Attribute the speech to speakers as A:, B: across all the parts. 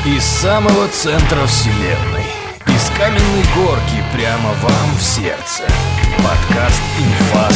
A: Из самого центра вселенной, из каменной горки прямо вам в сердце. Подкаст «Инфа 100%».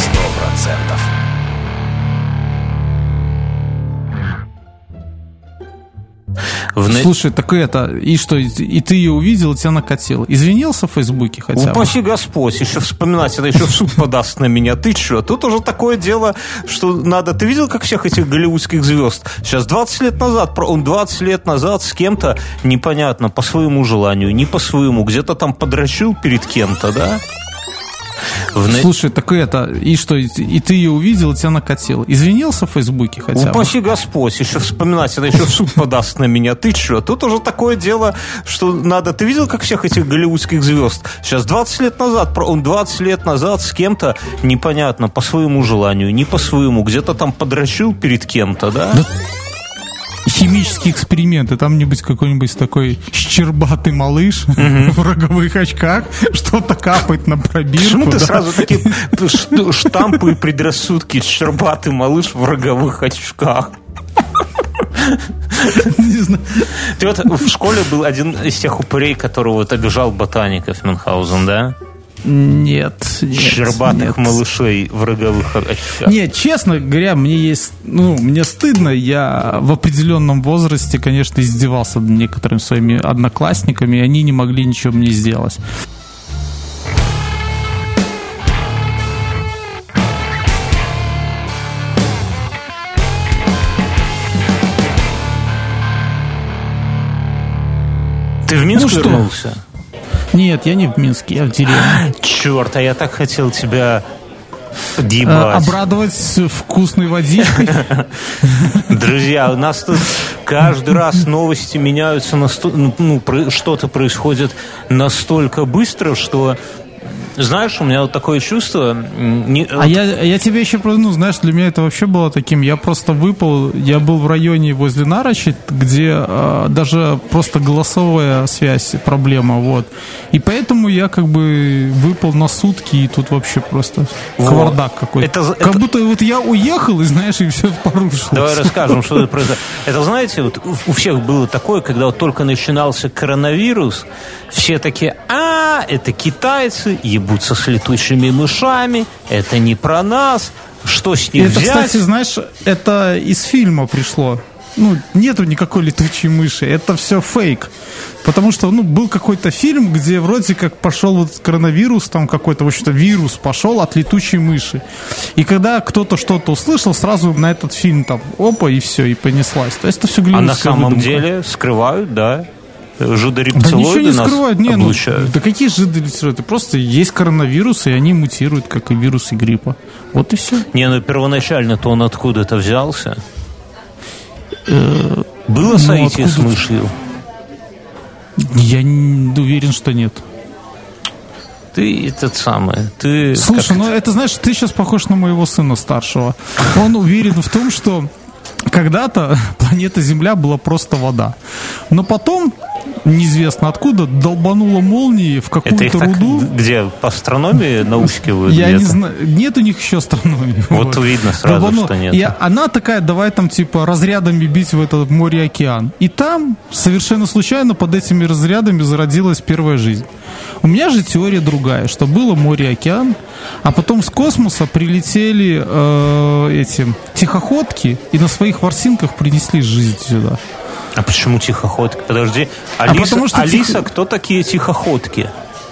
B: Слушай, так это, и что, и ты ее увидел, и тебя накатило. Извинился в Фейсбуке хотя бы?
C: Упаси Господь, еще вспоминать, это еще в суд подаст на меня. Ты что? Тут уже такое дело, что надо... Ты видел, как всех этих голливудских звезд? Сейчас 20 лет назад с кем-то, непонятно, по своему желанию, не по своему, где-то там подрочил перед кем-то, да?
B: Слушай, так это, и что, и ты ее увидел, и тебя накатило. Извинился в Фейсбуке хотя бы?
C: Упаси Господь, еще вспоминать, это еще в суд подаст на меня. Ты что? Тут уже такое дело, что надо... Ты видел, как всех этих голливудских звезд? Сейчас 20 лет назад с кем-то, непонятно, по своему желанию, не по своему, где-то там подрочил перед кем-то, да?
B: Химический эксперимент, и там нибудь какой-нибудь такой щербатый малыш в роговых очках что-то капает на пробирку.
C: Почему ты сразу такие штампы и предрассудки? Щербатый малыш в роговых очках.
B: Не знаю.
C: Ты вот в школе был один из тех упырей, которого вот обижал ботаников Мюнхгаузен, да?
B: Нет.
C: Щербатых малышей в роговых очках.
B: Нет, честно говоря, мне стыдно. Я в определенном возрасте, конечно, издевался над некоторыми своими одноклассниками, и они не могли ничего мне сделать.
C: Ты в Минск вернулся?
B: Нет, я не в Минске, я в деревне.
C: Черт, а я так хотел тебя подъебать.
B: Обрадовать вкусной водичкой.
C: Друзья, у нас тут каждый раз новости меняются, что-то происходит настолько быстро, что... Знаешь, у меня вот такое чувство...
B: Я тебе еще... знаешь, для меня это вообще было таким... Я просто выпал... Я был в районе возле Нарочи, где даже просто голосовая связь проблема, вот. И поэтому я как бы выпал на сутки, и тут вообще просто кавардак какой-то. Как будто вот я уехал, и, знаешь, и все порушилось.
C: Давай расскажем, что это произошло. Это, знаете, вот у всех было такое, когда вот только начинался коронавирус, все такие, это китайцы, ебутся с летучими мышами, это не про нас, что с них взять?
B: Это, кстати, знаешь, это из фильма пришло. Нету никакой летучей мыши, это все фейк. Потому что, был какой-то фильм, где вроде как пошел вот коронавирус, там какой-то, в общем-то, вирус пошел от летучей мыши. И когда кто-то что-то услышал, сразу на этот фильм там, опа, и все, и понеслась. То есть это все голливудская
C: на самом
B: выдумка.
C: Деле скрывают, да?
B: Жидорептилоиды
C: да
B: ничего не
C: нас
B: скрывают.
C: облучают.
B: Да какие жидорептилоиды? Просто есть коронавирус, и они мутируют, как и вирусы гриппа. Вот и все.
C: Первоначально-то он откуда-то взялся? Было соитие с мышью?
B: Я не уверен, что нет.
C: Ты
B: Слушай, это, знаешь, ты сейчас похож на моего сына старшего. Он уверен в том, что когда-то планета Земля была просто вода. Но потом, неизвестно откуда, долбанула молнией в какую-то руду.
C: Где? По астрономии наускивают?
B: Я не знаю. Нет у них еще астрономии.
C: Вот видно сразу, что нет.
B: И она такая, давай там типа разрядами бить в этот море и океан. И там совершенно случайно под этими разрядами зародилась первая жизнь. У меня же теория другая, что было море и океан, а потом с космоса прилетели эти тихоходки и на своих ворсинках принесли жизнь сюда.
C: А почему тихоходки? Подожди. Алиса, кто такие тихоходки?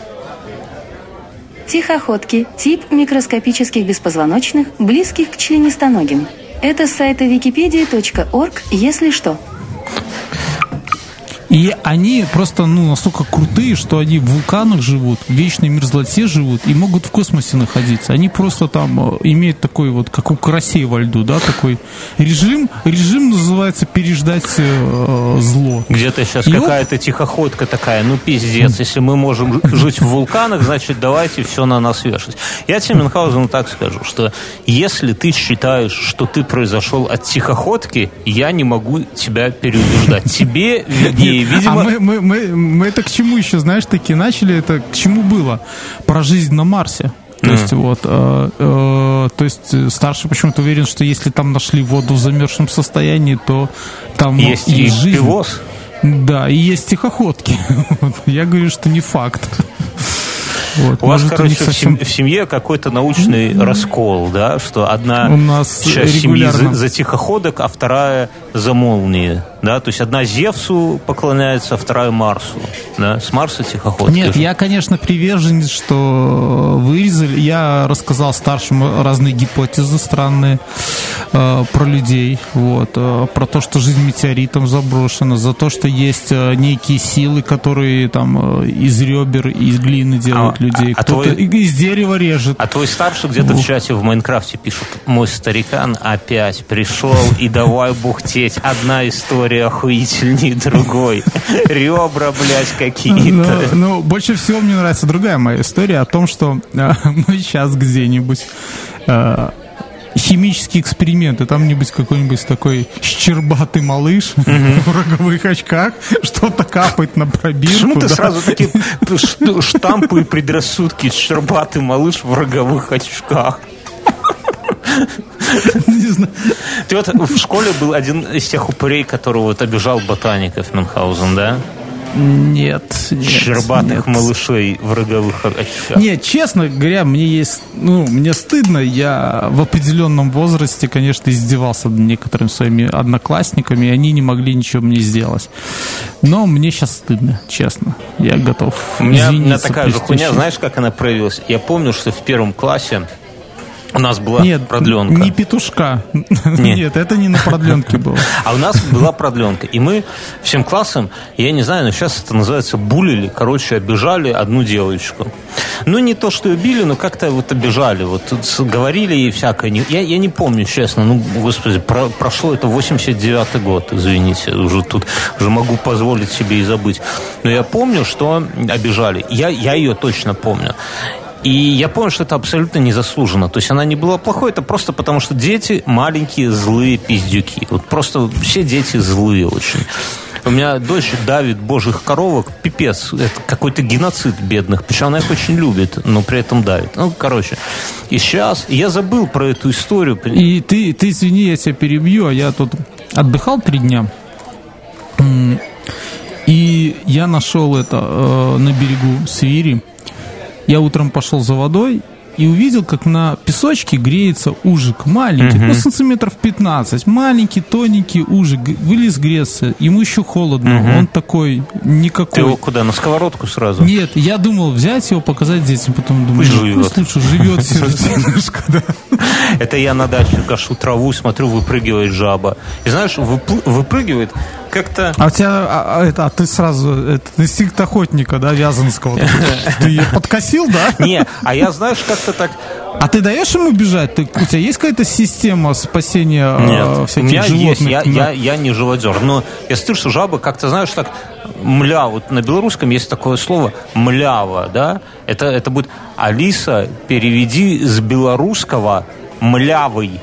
D: Тихоходки – тип микроскопических беспозвоночных, близких к членистоногим. Это с сайта wikipedia.org, если что.
B: И они просто, настолько крутые, что они в вулканах живут, в вечной мерзлоте живут и могут в космосе находиться. Они просто там имеют такой вот, как у карасей во льду, да, такой режим. Режим называется «переждать зло».
C: Где-то сейчас какая-то тихоходка такая, пиздец, если мы можем жить в вулканах, значит, давайте все на нас вешать. Я тебе, Мюнхгаузену, так скажу, что если ты считаешь, что ты произошел от тихоходки, я не могу тебя переубеждать. Тебе виднее. Видимо...
B: мы это к чему еще, знаешь, таки начали, это к чему было? Про жизнь на Марсе. То есть, то есть старший почему-то уверен, что если там нашли воду в замерзшем состоянии, то там
C: есть
B: жизнь.
C: пивоз.
B: Да, и есть тихоходки. Я говорю, что не факт. Вот.
C: У вас, короче, в семье какой-то научный раскол, да, что одна часть семьи за тихоходок, а вторая за молнии, да, то есть одна Зевсу поклоняется, а вторая Марсу, да, с Марса тихоходки.
B: Нет, я, конечно, приверженец, что вырезали, я рассказал старшим разные гипотезы странные про людей, вот, про то, что жизнь метеоритом заброшена, за то, что есть некие силы, которые там из ребер, из глины делают людей, кто-то из дерева режет.
C: А твой старший где-то в чате в Майнкрафте пишет: мой старикан опять пришел и давай бухтеть. Одна история охуительнее другой. Ребра, блядь, какие-то.
B: Ну, больше всего мне нравится другая моя история о том, что мы сейчас где-нибудь химические эксперименты, там-нибудь какой-нибудь такой щербатый малыш в роговых очках что-то капает на пробирку.
C: Почему ты сразу такие штампы и предрассудки? Щербатый малыш в роговых очках.
B: Не знаю.
C: Ты вот в школе был один из тех упырей, который вот обижал ботаников Мюнхгаузен, да?
B: Нет.
C: Щербатых малышей в роговых очках.
B: Нет, честно говоря, мне стыдно. Я в определенном возрасте, конечно, издевался над некоторыми своими одноклассниками, и они не могли ничего мне сделать. Но мне сейчас стыдно, честно. Я готов извиниться.
C: У меня такая же хуйня, знаешь, как она проявилась? Я помню, что в первом классе у нас была продленка.
B: Не петушка. Нет, это не на продленке было.
C: А у нас была продленка. И мы всем классом, я не знаю, но сейчас это называется булили, короче, обижали одну девочку. Ну, не то, что ее били, но как-то вот обижали. Вот тут говорили ей всякое. Я не помню, честно. Ну, господи, прошло это 89-й год, извините. Уже могу позволить себе и забыть. Но я помню, что обижали. Я ее точно помню. И я помню, что это абсолютно незаслуженно. То есть она не была плохой, это просто потому, что дети маленькие, злые пиздюки. Вот просто все дети злые очень. У меня дочь давит божьих коровок, пипец, это какой-то геноцид бедных. Причем она их очень любит, но при этом давит. Ну, короче, и сейчас я забыл про эту историю.
B: И ты извини, я тебя перебью, а я тут отдыхал 3 дня. И я нашел это на берегу Свири. Я утром пошел за водой и увидел, как на песочке греется ужик маленький, сантиметров 15, маленький, тоненький ужик, вылез греться, ему еще холодно, он такой никакой.
C: Ты его куда, на сковородку сразу?
B: Нет, я думал взять его, показать детям, потом думаю, пусть лучше живет немножко, да.
C: Это я на даче гашу траву, смотрю, выпрыгивает жаба. И знаешь, выпрыгивает как-то...
B: А у тебя, ты сразу, инстинкт охотника, да, вязанского. Ты ее подкосил, да?
C: Не, а я, знаешь, как-то так...
B: А ты даешь ему бежать? У тебя есть какая-то система спасения всяких животных?
C: Нет, у меня есть, я не живодер. Но я смотрю, что жаба как-то, знаешь, так мля, вот на белорусском есть такое слово млява, да? Это будет: Алиса, переведи с белорусского млявый.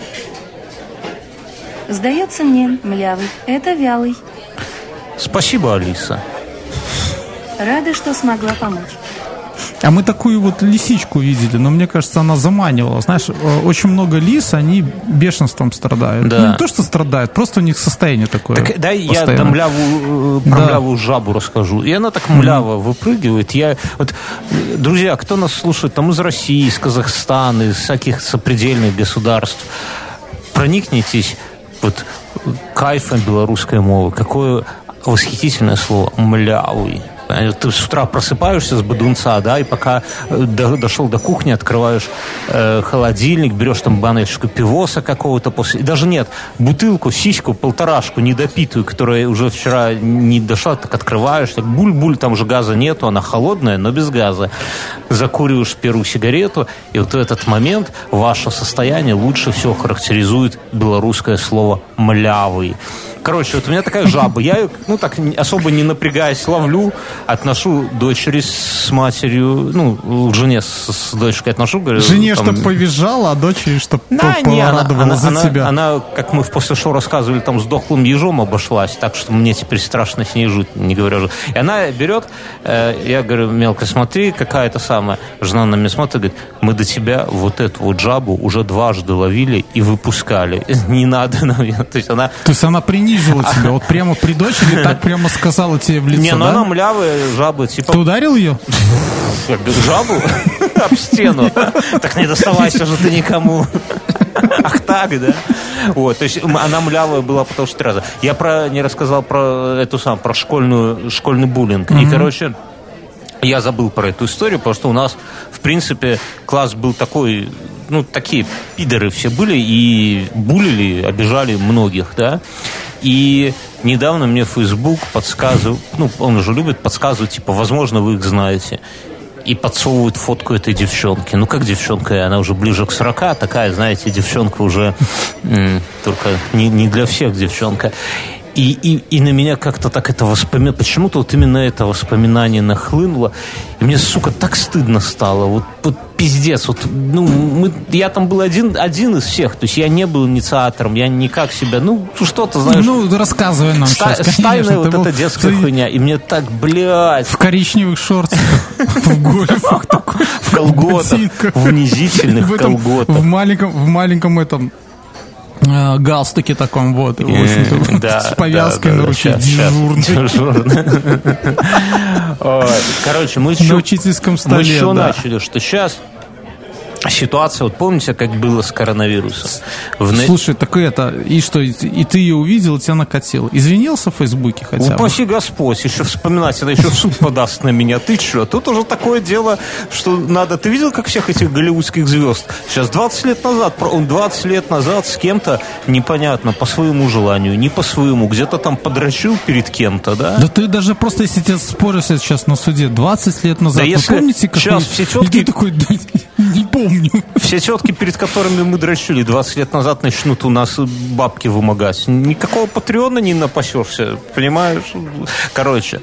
D: Сдается мне, млявый. Это вялый.
C: Спасибо, Алиса.
D: Рада, что смогла помочь.
B: А мы такую вот лисичку видели, но мне кажется, она заманивала. Знаешь, очень много лис, они бешенством страдают.
C: Да.
B: Ну, не то, что страдают, просто у них состояние такое.
C: Так, дай я млявую жабу расскажу. И она так мляво выпрыгивает. Друзья, кто нас слушает там из России, из Казахстана, из всяких сопредельных государств, проникнитесь вот кайфом белорусской мовы. Какое восхитительное слово «млявый». Ты с утра просыпаешься с бадунца, да, и пока дошел до кухни, открываешь холодильник, берешь там баночку пивоса какого-то после... Даже нет, бутылку, сиську, 1,5 недопитую, которая уже вчера не дошла, так открываешь, так буль-буль, там уже газа нету, она холодная, но без газа. Закуриваешь первую сигарету, и вот в этот момент ваше состояние лучше всего характеризует белорусское слово «млявый». Короче, вот у меня такая жаба. Я ее, так особо не напрягаясь, ловлю, отношу дочери с матерью, жене с дочкой отношу. Говорю,
B: жене, чтобы повизжала, а дочери, чтобы порадовала за тебя.
C: Она, как мы в после шоу рассказывали, там с дохлым ежом обошлась, так что мне теперь страшно с ней жить, не говоря уже. И она берет, я говорю: мелко, смотри, какая-то самая. Жена на меня смотрит и говорит: мы до тебя вот эту вот жабу уже 2 ловили и выпускали. Не надо нам. То есть она
B: принизила унизила тебя? Вот прямо при дочери так прямо сказала тебе в лицо,
C: Не, ну
B: да?
C: она млявая жаба, типа...
B: Ты ударил ее?
C: Жабу? Об стену. Так не доставайся же ты никому. Ах так, да? Вот, то есть она млявая была потому что 3 раза. Я не рассказал про про школьный буллинг. И, короче, я забыл про эту историю, потому что у нас, в принципе, класс был такой, такие пидоры все были и буллили, обижали многих, да. И недавно мне Facebook подсказывал, он же любит подсказывать, типа, возможно, вы их знаете. И подсовывают фотку этой девчонки. Как девчонка, она уже ближе к 40, такая, знаете, девчонка уже только не для всех девчонка. И на меня как-то так это воспоминание, почему-то вот именно это воспоминание нахлынуло, и мне, сука, так стыдно стало, вот пиздец, я там был один из всех, то есть я не был инициатором, я никак себя, что-то, знаешь...
B: рассказывай нам сейчас,
C: стайная вот эта детская хуйня, и мне так, блядь...
B: В коричневых шортах, в гольфах,
C: в колготах, в унизительных колготах.
B: В маленьком этом... галстуке таком, вот, в общем-то, с повязкой на руке, дежурный.
C: Короче, мы
B: на учительском столе,
C: еще начали, что сейчас ситуация, вот помните, как было с коронавирусом?
B: Слушай, так и что, и ты ее увидел, и тебя накатило. Извинился в Фейсбуке хотя бы?
C: Упаси Господь, еще вспоминать, это еще в суд подаст на меня, ты что? Тут уже такое дело, что надо... Ты видел, как всех этих голливудских звезд? Сейчас 20 лет назад с кем-то, непонятно, по своему желанию, не по своему, где-то там подрочил перед кем-то, да?
B: Да ты даже просто, если тебя споришь сейчас на суде, 20 лет назад,
C: да,
B: вы помните, как
C: сейчас все тетки...
B: И ты такой, не помню.
C: Все тетки, перед которыми мы дрочили 20 лет назад, начнут у нас бабки вымогать. Никакого патреона не напасешься, понимаешь? Короче,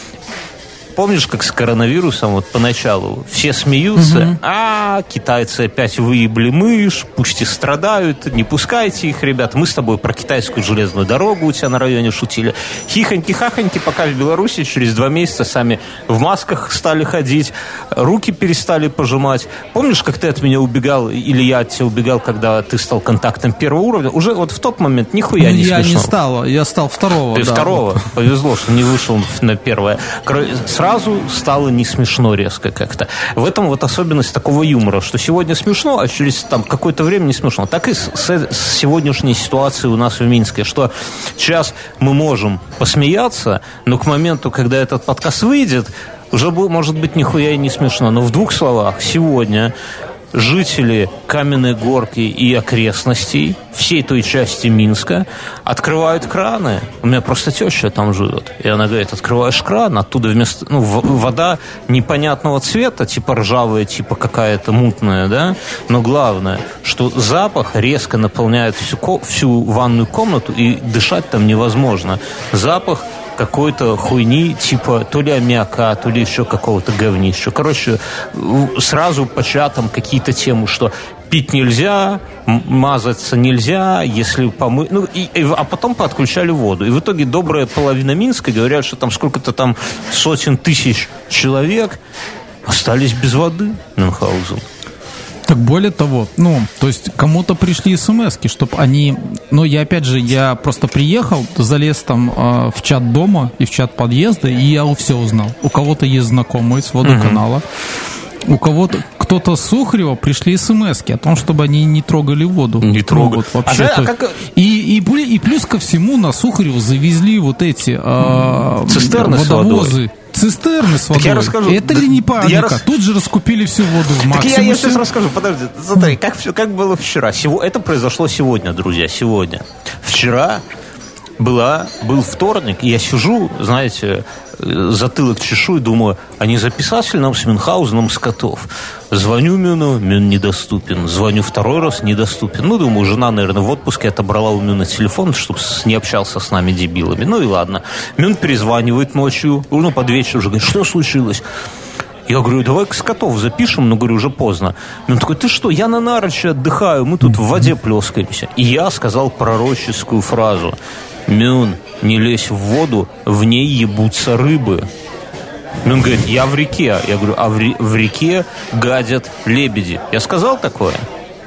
C: помнишь, как с коронавирусом вот поначалу все смеются, китайцы опять выебли мышь, пусть и страдают, не пускайте их, ребята. Мы с тобой про китайскую железную дорогу у тебя на районе шутили. Хихоньки-хахоньки, пока в Беларуси через 2 месяца сами в масках стали ходить, руки перестали пожимать. Помнишь, как ты от меня убегал, или я от тебя убегал, когда ты стал контактом 1-го уровня? Уже вот в тот момент нихуя не смешно.
B: Я не стал, я стал 2-го.
C: Ты 2-го? повезло, что не вышел на 1-е. Сразу стало не смешно резко как-то. В этом вот особенность такого юмора, что сегодня смешно, а через там какое-то время не смешно. Так и с сегодняшней ситуацией у нас в Минске, что сейчас мы можем посмеяться, но к моменту, когда этот подкаст выйдет, уже может быть нихуя и не смешно. Но в 2 словах, сегодня жители Каменной Горки и окрестностей, всей той части Минска, открывают краны. У меня просто теща там живет. И она говорит, открываешь кран, оттуда вместо... вода непонятного цвета, типа ржавая, типа какая-то мутная, да? Но главное, что запах резко наполняет всю ванную комнату, и дышать там невозможно. Запах какой-то хуйни, типа то ли аммиака, то ли еще какого-то говнища. Короче, сразу по чатам какие-то темы, что пить нельзя, мазаться нельзя, если помыть... а потом подключали воду. И в итоге добрая половина Минска, говорят, что там сколько-то там сотен тысяч человек остались без воды, Мюнхгаузен.
B: Так более того, то есть кому-то пришли смс-ки, чтобы они... я просто приехал, залез там в чат дома и в чат подъезда, и я все узнал. У кого-то есть знакомые с водоканала, у кого-то, кто-то с Сухарева пришли смс-ки о том, чтобы они не трогали воду.
C: Не трогают.
B: Вообще, и плюс ко всему на Сухарева завезли вот эти
C: цистерны
B: водовозы. Цистерны с водой.
C: Я расскажу.
B: Это ли не паника? Тут же раскупили всю воду в Максимусе.
C: Так я сейчас расскажу. Подожди, смотри, как было вчера. Это произошло сегодня, друзья, сегодня. Вчера был вторник, и я сижу, знаете, затылок чешу и думаю, а не записать ли нам с Мюнхгаузеном скотов? Звоню Мюну, Мюн недоступен. Звоню 2-й раз, недоступен. Думаю, жена, наверное, в отпуске отобрала у Мюна телефон, чтобы не общался с нами, дебилами. И ладно. Мюн перезванивает ночью, под вечер уже говорит, что случилось? Я говорю, давай-ка скотов запишем, но, говорю, уже поздно. Он такой, ты что, я на Нарочи отдыхаю, мы тут в воде плескаемся. И я сказал пророческую фразу. Мюн, не лезь в воду, в ней ебутся рыбы. Он говорит, я в реке. Я говорю, а в реке гадят лебеди. Я сказал такое?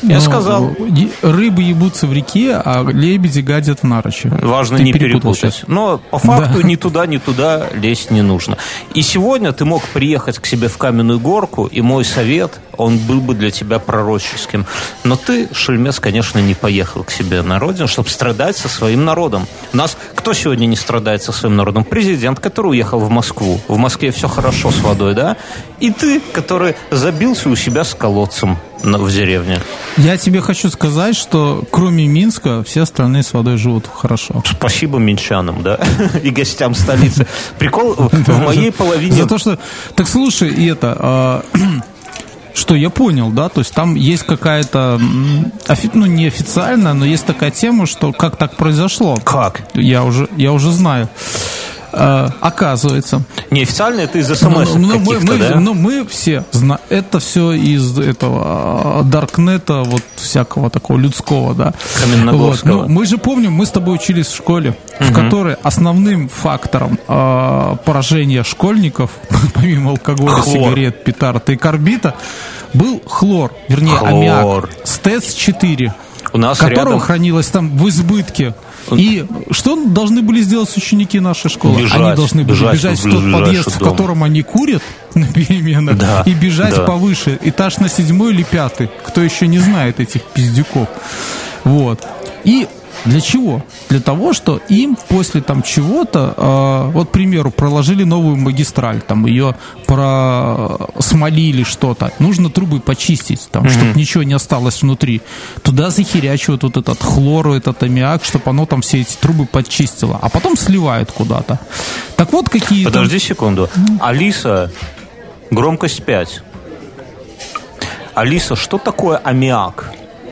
C: Я сказал.
B: Рыбы ебутся в реке, а лебеди гадят в нарочи.
C: Важно не перепутать. Но по факту ни туда, ни туда лезть не нужно. И сегодня ты мог приехать к себе в Каменную Горку, и мой совет, он был бы для тебя пророческим. Но ты, шельмец, конечно, не поехал к себе на родину, чтобы страдать со своим народом. У нас кто сегодня не страдает со своим народом? Президент, который уехал в Москву. В Москве все хорошо с водой, да? И ты, который забился у себя с колодцем в деревне.
B: Я тебе хочу сказать, что кроме Минска все остальные с водой живут хорошо.
C: Спасибо минчанам, да, и гостям столицы. Прикол в моей половине...
B: За то, что... Так слушай, и это... Что я понял, да, то есть там есть какая-то, ну, неофициальная, но есть такая тема, что как так произошло.
C: Как?
B: Я уже знаю. Оказывается.
C: Неофициально это из СМС каких-то, да?
B: Но мы все знаем. Это все из этого даркнета, вот всякого такого людского, да.
C: Каменногорского.
B: Вот. Мы же помним, мы с тобой учились в школе, в которой основным фактором поражения школьников, помимо алкоголя, сигарет, петард и карбита, был хлор, вернее аммиак, СТЭЦ-4, которого хранилось там в избытке. И что должны были сделать ученики нашей школы? Они должны были бежать в тот подъезд, в котором они курят на переменах, и бежать повыше, этаж на 7 или 5. Кто еще не знает этих пиздюков. Вот. И для чего? Для того, что им после там чего-то, вот, к примеру, проложили новую магистраль, там ее просмолили что-то, нужно трубы почистить, там, чтобы ничего не осталось внутри. Туда захерячивают вот этот хлор, этот аммиак, чтобы оно там все эти трубы почистило, а потом сливают куда-то. Так вот какие...
C: Подожди секунду. Алиса, громкость 5. Алиса, что такое аммиак?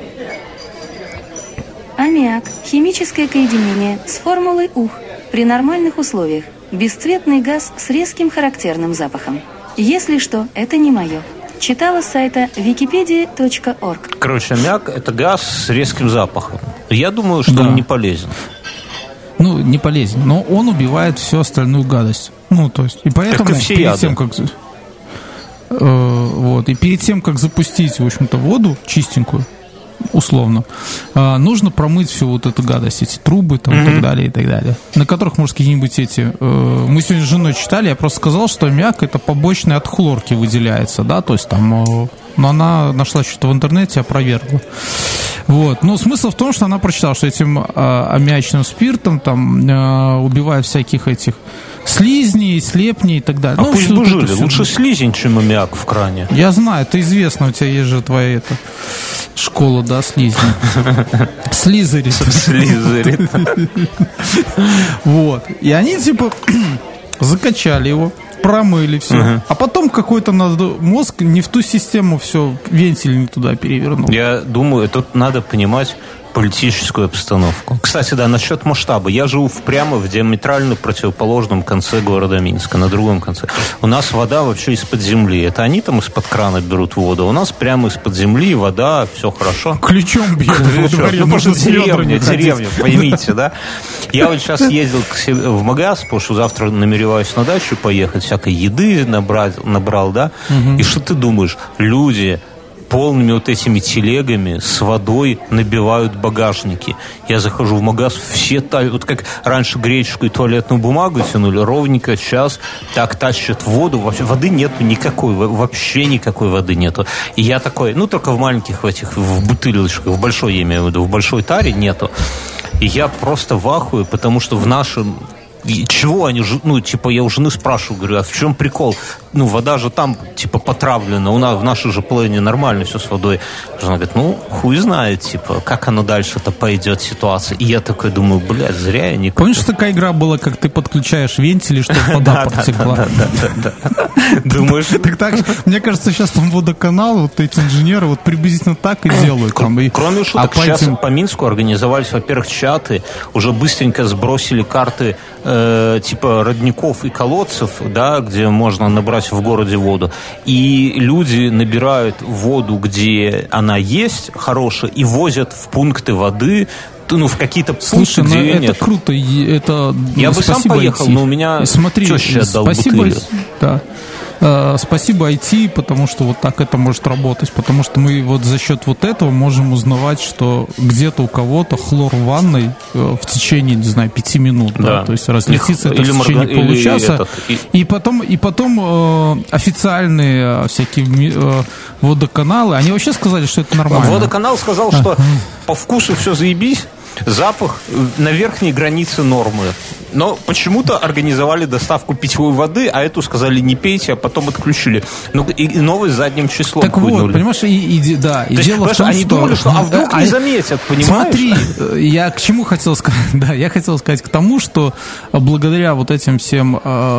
D: Аммиак – химическое соединение с формулой УХ при нормальных условиях. Бесцветный газ с резким характерным запахом. Если что, это не мое. Читала с сайта wikipedia.org.
C: Короче, аммиак – это газ с резким запахом. Я думаю, что он не полезен.
B: Ну, не полезен, но он убивает всю остальную гадость. Ну, то есть, и поэтому
C: так и все
B: перед тем, как... Вот, и перед тем, как запустить, в общем-то, воду чистенькую, условно, нужно промыть всю вот эту гадость, эти трубы там, и так далее, на которых, может, какие-нибудь эти... Мы сегодня с женой читали, я просто сказал, что аммиак это побочный от хлорки выделяется, да, то есть там... Но она нашла что-то в интернете, опровергла. Вот. Но смысл в том, что она прочитала, что этим аммиачным спиртом там убивают всяких этих слизней, слепней и так далее.
C: А ну, пусть бы жили. Лучше слизень, чем аммиак в кране.
B: Я знаю, это известно, у тебя есть же твоя школа, да, слизни. Слизерит.
C: Слизерит.
B: Вот. И они типа закачали его, промыли все. А потом какой-то мозг не в ту систему все, вентиль не туда перевернул.
C: Я думаю, тут надо понимать политическую обстановку. Кстати, да, насчет масштаба. Я живу прямо в диаметрально противоположном конце города Минска, на другом конце. У нас вода вообще из-под земли. Это они там из-под крана берут воду. У нас прямо из-под земли вода, все хорошо.
B: Ключом бьет.
C: Ну, может, деревня, поймите, да? Я вот сейчас ездил в магаз, потому что завтра намереваюсь на дачу поехать, всякой еды набрал, да? И что ты думаешь? Люди полными вот этими телегами с водой набивают багажники. Я захожу в магаз, все вот как раньше греческую и туалетную бумагу тянули, ровненько сейчас так тащат воду. Вообще воды нету никакой, вообще никакой воды нету. И я такой, ну только в маленьких в бутылочках, в большой, я имею в виду, в большой таре нету. И я просто в ахуе, потому что в нашем... Чего они, ну, типа, я у жены спрашиваю, говорю, а в чем прикол? Ну, вода же там, типа, потравлена, у нас в нашей же половине нормально все с водой. Жена говорит, ну, хуй знает, типа, как оно дальше-то пойдет ситуация. И я такой думаю, блядь, зря я не...
B: Помнишь, такая игра была, как ты подключаешь вентили, чтобы вода протекла?
C: Да. Думаешь?
B: Так, мне кажется, сейчас там водоканал, вот эти инженеры вот приблизительно так и делают.
C: Кроме шуток, сейчас по Минску организовались, во-первых, чаты, уже быстренько сбросили карты типа родников и колодцев, да, где можно набрать в городе воду. И люди набирают воду, где она есть, хорошая, и возят в пункты воды, ну, в какие-то пункты,
B: слушай,
C: где ее нет.
B: Это круто. Это,
C: я бы сам поехал, но у меня
B: теща отдал бутыль. Да. Спасибо IT, потому что вот так это может работать, потому что мы вот за счет вот этого можем узнавать, что где-то у кого-то хлор в ванной в течение, не знаю, 5 минут, да, то есть разлетится это в течение получаса, и потом официальные всякие водоканалы, они вообще сказали, что это нормально.
C: Водоканал сказал, что по вкусу все заебись, запах на верхней границе нормы. Но почему-то организовали доставку питьевой воды, а эту сказали не пейте, а потом отключили. Ну и новость задним числом
B: так
C: вынули.
B: Вот, понимаешь, дело в том,
C: они думали, что вдруг не заметят, понимаешь?
B: Смотри, я к чему хотел сказать? Да, я хотел сказать к тому, что благодаря вот этим всем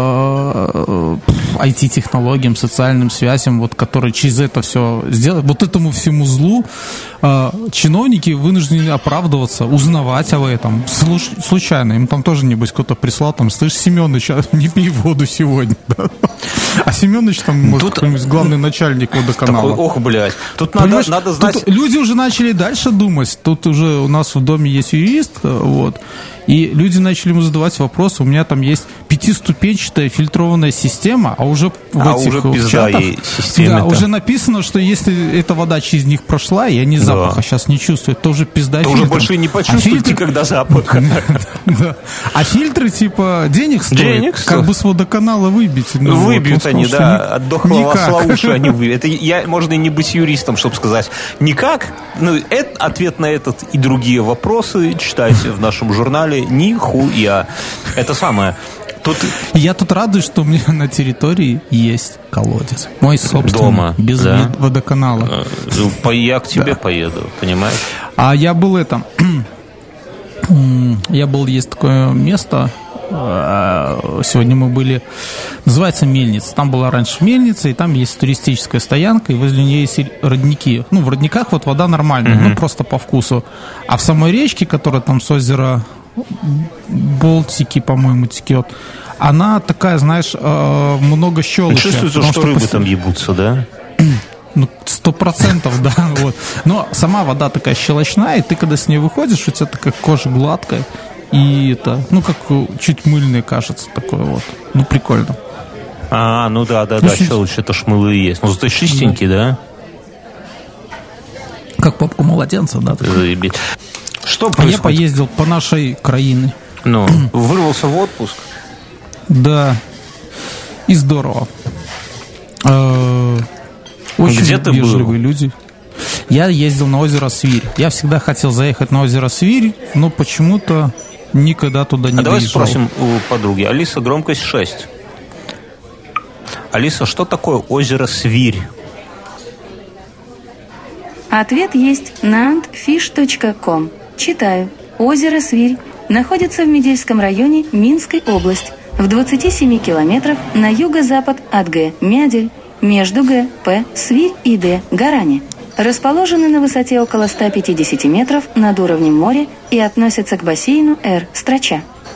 B: IT-технологиям, социальным связям, вот, которые через это все сделают, вот этому всему злу чиновники вынуждены оправдываться, узнавать об этом случайно. Им там тоже, небось, кто-то прислал, там, слышь, Семенович, не пей воду сегодня. Да? А Семенович там, может, какой-нибудь главный начальник водоканала.
C: Такой, ох, блядь. Тут надо знать...
B: Тут люди уже начали дальше думать. Тут уже у нас в доме есть юрист, вот. И люди начали ему задавать вопросы. У меня там есть 5-ступенчатая фильтрованная система, а уже в чатах да, уже написано, что если эта вода через них прошла, и они запаха сейчас не чувствуют, то уже пизда фильтром.
C: То уже больше не почувствуете, когда запах.
B: А фильтры, типа, денег стоят, как бы с водоканала выбить.
C: Выбьют они, да, от дохлого осла уши они выбьют. Это можно и не быть юристом, чтобы сказать никак. Ну, ответ на этот и другие вопросы читайте в нашем журнале. Нихуя. Это самое.
B: Я тут радуюсь, что у меня на территории есть колодец. Мой собственный. Дома, без водоканала.
C: Я к тебе поеду, понимаешь?
B: А я был есть такое место. Сегодня мы были, называется Мельница. Там была раньше мельница, и там есть туристическая стоянка, и возле нее есть родники. Ну, в родниках вот вода нормальная, ну, просто по вкусу. А в самой речке, которая там с озера Болтики, по-моему, текет, она такая, знаешь, много щелочи.
C: Чувствуется, что рыбы там ебутся, да?
B: Ну, 100%, да. Вот. Но сама вода такая щелочная, и ты, когда с ней выходишь, у тебя такая кожа гладкая, и это, ну, как чуть мыльная, кажется, такое вот. Ну, прикольно.
C: Ну да, щелочь, это ж мыло и есть. Ну, зато чистенький, да?
B: Как попку младенца, да.
C: Что происходит?
B: Я поездил по нашей краине.
C: Ну, вырвался в отпуск?
B: Да. И здорово. Очень вежливые люди. Я ездил на озеро Свирь. Я всегда хотел заехать на озеро Свирь, но почему-то никогда туда не доезжал.
C: Давай спросим у подруги. Алиса, громкость 6. Алиса, что такое озеро Свирь?
D: Ответ есть на antfish.com. Читаю. Озеро Свирь находится в Медельском районе Минской области, в 27 километров на юго-запад от Г. Мядель, между Г, П, Свирь и Д. Гарани. Расположены на высоте около 150 метров над уровнем моря и относятся к бассейну Р. Строча.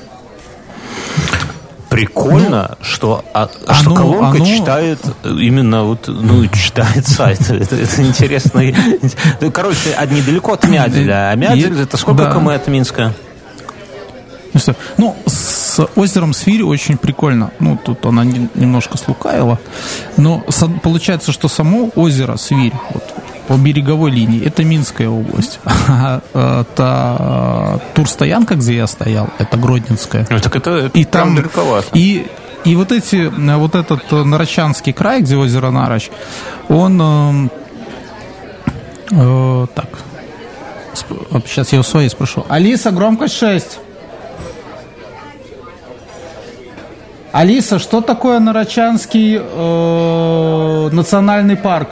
C: Прикольно, что колонка читает именно вот, читает сайт. Это интересно. Короче, недалеко от Мяделя. А Мядель, это сколько км от Минска?
B: Ну, с озером Свирь очень прикольно. Ну, тут она немножко слукавила. Но получается, что само озеро Свирь, вот, по береговой линии, это Минская область. А турстоянка, где я стоял, это Гродненская.
C: Ну, так это
B: и там далековато. И вот этот Нарочанский край, где озеро Нароч, он так. Сейчас я у своей спрошу. Алиса, громкость 6. Алиса, что такое Нарочанский национальный парк?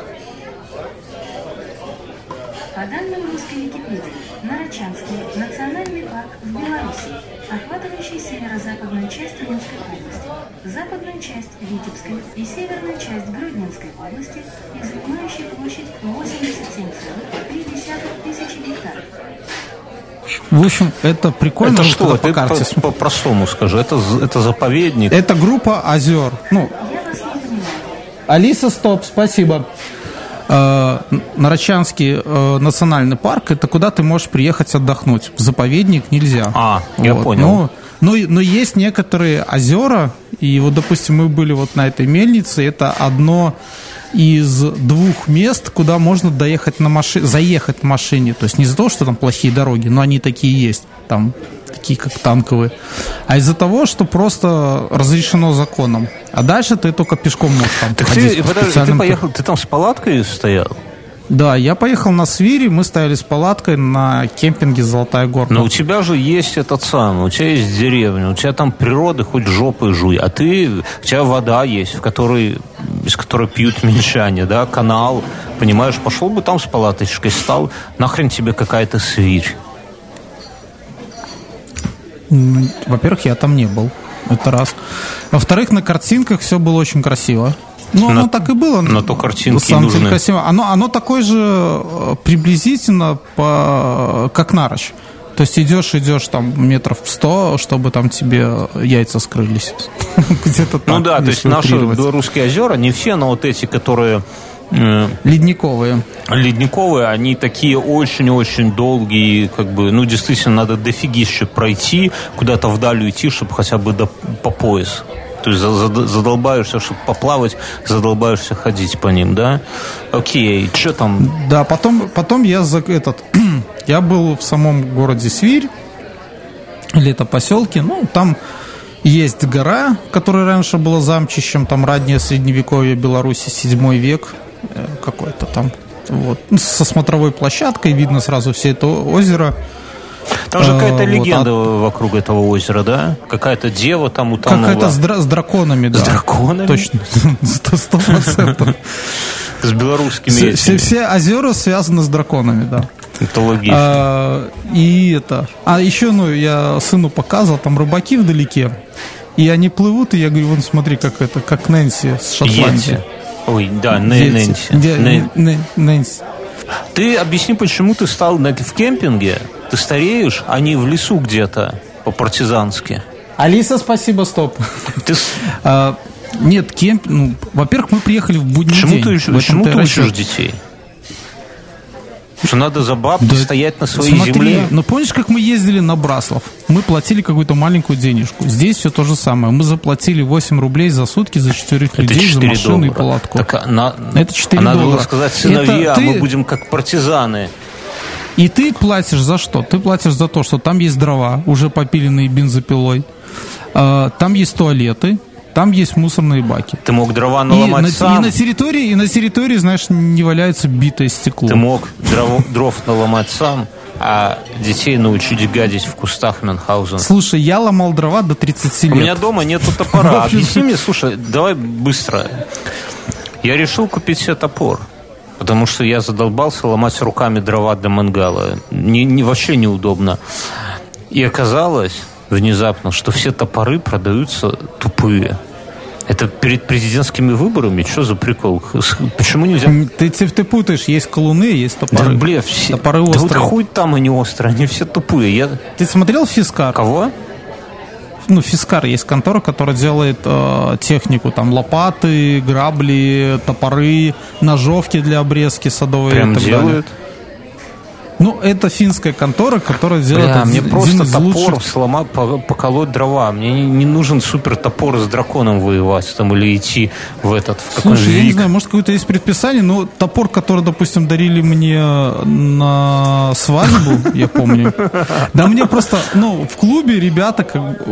D: По данным русской Википедии, Нарочанский национальный парк в Беларуси, охватывающий северо-западную часть Минской области, западную часть Витебской и северную часть Гродненской области и занимающий площадь 87,3 тысячи гектаров.
B: В общем, это прикольно.
C: Это что? Ты по-простому скажи. Это заповедник.
B: Это группа озер. Ну,
D: я вас не понимаю.
B: Алиса, стоп, спасибо. Нарочанский национальный парк — это куда ты можешь приехать отдохнуть. В заповедник нельзя.
C: Я понял.
B: Но есть некоторые озера, И вот, допустим, мы были вот на этой мельнице, это одно из 2 мест, куда можно доехать заехать на машине. То есть не из-за того, что там плохие дороги, но они такие есть, там такие как танковые, а из-за того, что просто разрешено законом. А дальше ты только пешком можешь там ходить.
C: Ты поехал, ты там с палаткой стоял?
B: Да, я поехал на Свири, мы стояли с палаткой на кемпинге «Золотая горка».
C: Но у тебя же есть у тебя есть деревня, у тебя там природа, хоть жопой жуй, у тебя вода есть, из которой пьют мельчане, да, канал, понимаешь, пошел бы там с палаточкой, стал, нахрен тебе какая-то Свирь?
B: Во-первых, я там не был, это раз. Во-вторых, на картинках все было очень красиво. Ну, оно так и было.
C: На то картинки нужны.
B: Красиво. Оно такое же приблизительно как Нарочь. То есть идешь там метров 100, чтобы там тебе яйца скрылись. Где-то так.
C: Ну да, то есть наши белорусские озера, не все, но вот эти, которые...
B: Ледниковые,
C: они такие очень-очень долгие, как бы, ну, действительно, надо дофигище пройти, куда-то вдаль уйти, чтобы хотя бы по пояс. То есть задолбаешься, чтобы поплавать, задолбаешься ходить по ним, да? Окей, что там?
B: Да, потом я был в самом городе Свирь, или это поселке, ну, там есть гора, которая раньше была замчищем, там раннее средневековье Беларуси, 7 век какой-то там, вот, со смотровой площадкой, видно сразу все это озеро.
C: Там же какая-то легенда вокруг этого озера, да? Какая-то дева там утонула.
B: Какая-то с драконами, да.
C: С драконами?
B: Точно, 100%.
C: С белорусскими этими.
B: Все озера связаны с драконами, да.
C: Это логично.
B: Еще, я сыну показывал, там рыбаки вдалеке, и они плывут, и я говорю, вон смотри, как Нэнси с Шотландии.
C: Йети. Ой, да, Нэнси. Ты объясни, почему ты стал в кемпинге, ты стареешь, а не в лесу где-то по-партизански.
B: Алиса, спасибо, стоп. Нет, во-первых, мы приехали в будний день.
C: Почему ты учишь детей? Что надо за бабки стоять на своей земле?
B: Ну, помнишь, как мы ездили на Браслав? Мы платили какую-то маленькую денежку. Здесь все то же самое. Мы заплатили 8 рублей за сутки за 4 людей, за машину и палатку.
C: Это $4.
B: Надо
C: было сказать, сыновья, мы будем как партизаны.
B: И ты платишь за что? Ты платишь за то, что там есть дрова, уже попиленные бензопилой. Там есть туалеты. Там есть мусорные баки.
C: Ты мог дрова наломать сам.
B: И на территории, знаешь, не валяется битое стекло.
C: Ты мог дров наломать сам, а детей научить гадить в кустах Мюнхгаузена.
B: Слушай, я ломал дрова до 30 лет.
C: У меня дома нету топора. Объясни мне, слушай, давай быстро. Я решил купить себе топор, потому что я задолбался ломать руками дрова для мангала. Вообще неудобно. И оказалось... внезапно, что все топоры продаются тупые. Это перед президентскими выборами? Что за прикол? Почему нельзя...
B: Ты путаешь, есть колуны, есть топоры.
C: Да, бля, все...
B: Топоры острые.
C: Да вот хуй там они острые, они все тупые.
B: Ты смотрел Фискар?
C: Кого?
B: Фискар есть контора, которая делает технику, там лопаты, грабли, топоры, ножовки для обрезки садовой.
C: Прям
B: и так
C: делают?
B: Далее. Это финская контора, которая делает...
C: мне просто топор сломать, поколоть дрова. Мне не нужен супер топор с драконом воевать там, или идти в
B: Слушай, я не знаю, может, какое-то есть предписание, но топор, который, допустим, дарили мне на свадьбу, я помню. Да мне просто, в клубе ребята,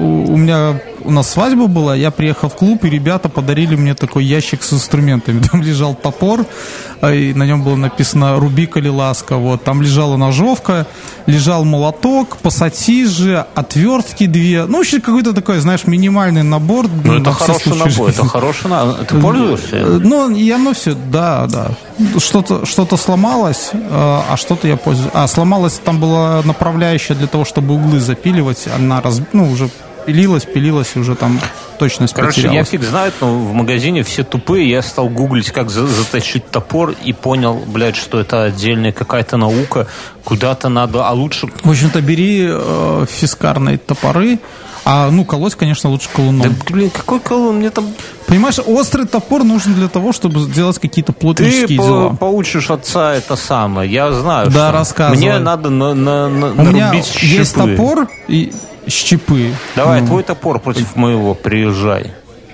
B: у нас свадьба была, я приехал в клуб, и ребята подарили мне такой ящик с инструментами. Там лежал топор, и на нем было написано «Руби, коли ласка». Вот. Там лежала ножовка, лежал молоток, пассатижи, отвертки 2. В общем, какой-то такой, знаешь, минимальный набор.
C: Это хороший набор, это хороший набор. Ты пользуешься?
B: И оно все, да. Что-то сломалось, а что-то я пользуюсь. Сломалась, там была направляющая для того, чтобы углы запиливать. Она уже... пилилась, и уже там точность потерялась.
C: Я фиг знает, но в магазине все тупые. Я стал гуглить, как заточить топор, и понял, что это отдельная какая-то наука. Куда-то надо, а лучше...
B: В общем-то, бери фискарные топоры, колоть, конечно, лучше колуном.
C: Да, какой колун? Мне там...
B: Понимаешь, острый топор нужен для того, чтобы сделать какие-то плотнические дела.
C: Ты поучишь отца это самое. Я знаю,
B: да,
C: что...
B: рассказывай.
C: Мне надо нарубить
B: У меня
C: щипы.
B: Есть топор и... щипы.
C: Давай, твой топор против моего, приезжай.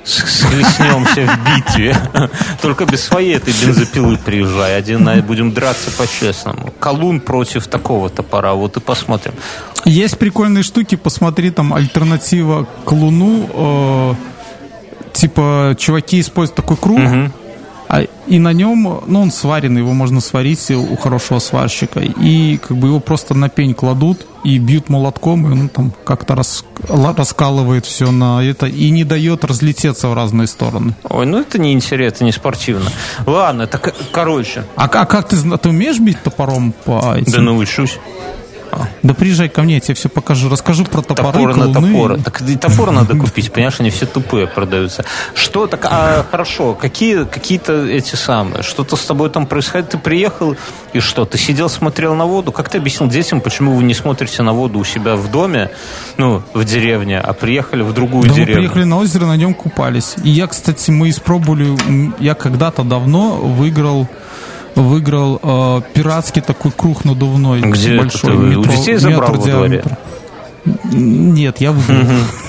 C: схлестнемся в битве. Только без своей этой бензопилы приезжай. Будем драться по-честному. Колун против такого топора. Вот и посмотрим.
B: Есть прикольные штуки. Посмотри, там альтернатива колуну. Типа, чуваки используют такой круг. И на нем, ну, он сваренный, его можно сварить у хорошего сварщика. И как бы его просто на пень кладут и бьют молотком, и он там как-то раскалывает все на это и не дает разлететься в разные стороны.
C: Ой, ну это не интересно, это не спортивно. Ладно, так, короче.
B: А как ты умеешь бить топором по этим?
C: Да научусь.
B: Да приезжай ко мне, я тебе все покажу. Расскажу про топоры,
C: топор
B: колуны.
C: На топор. Так и топор надо купить, понимаешь, они все тупые продаются. Что так, хорошо, какие-то эти самые, что-то с тобой там происходит, ты приехал, и что, ты сидел, смотрел на воду? Как ты объяснил детям, почему вы не смотрите на воду у себя в доме, ну, в деревне, а приехали в другую деревню?
B: Мы приехали на озеро, на нем купались. И я, кстати, мы испробовали, я когда-то давно выиграл пиратский такой круг надувной.
C: Где
B: большой,
C: это ты у детей забрал во дворе?
B: Нет, я выиграл.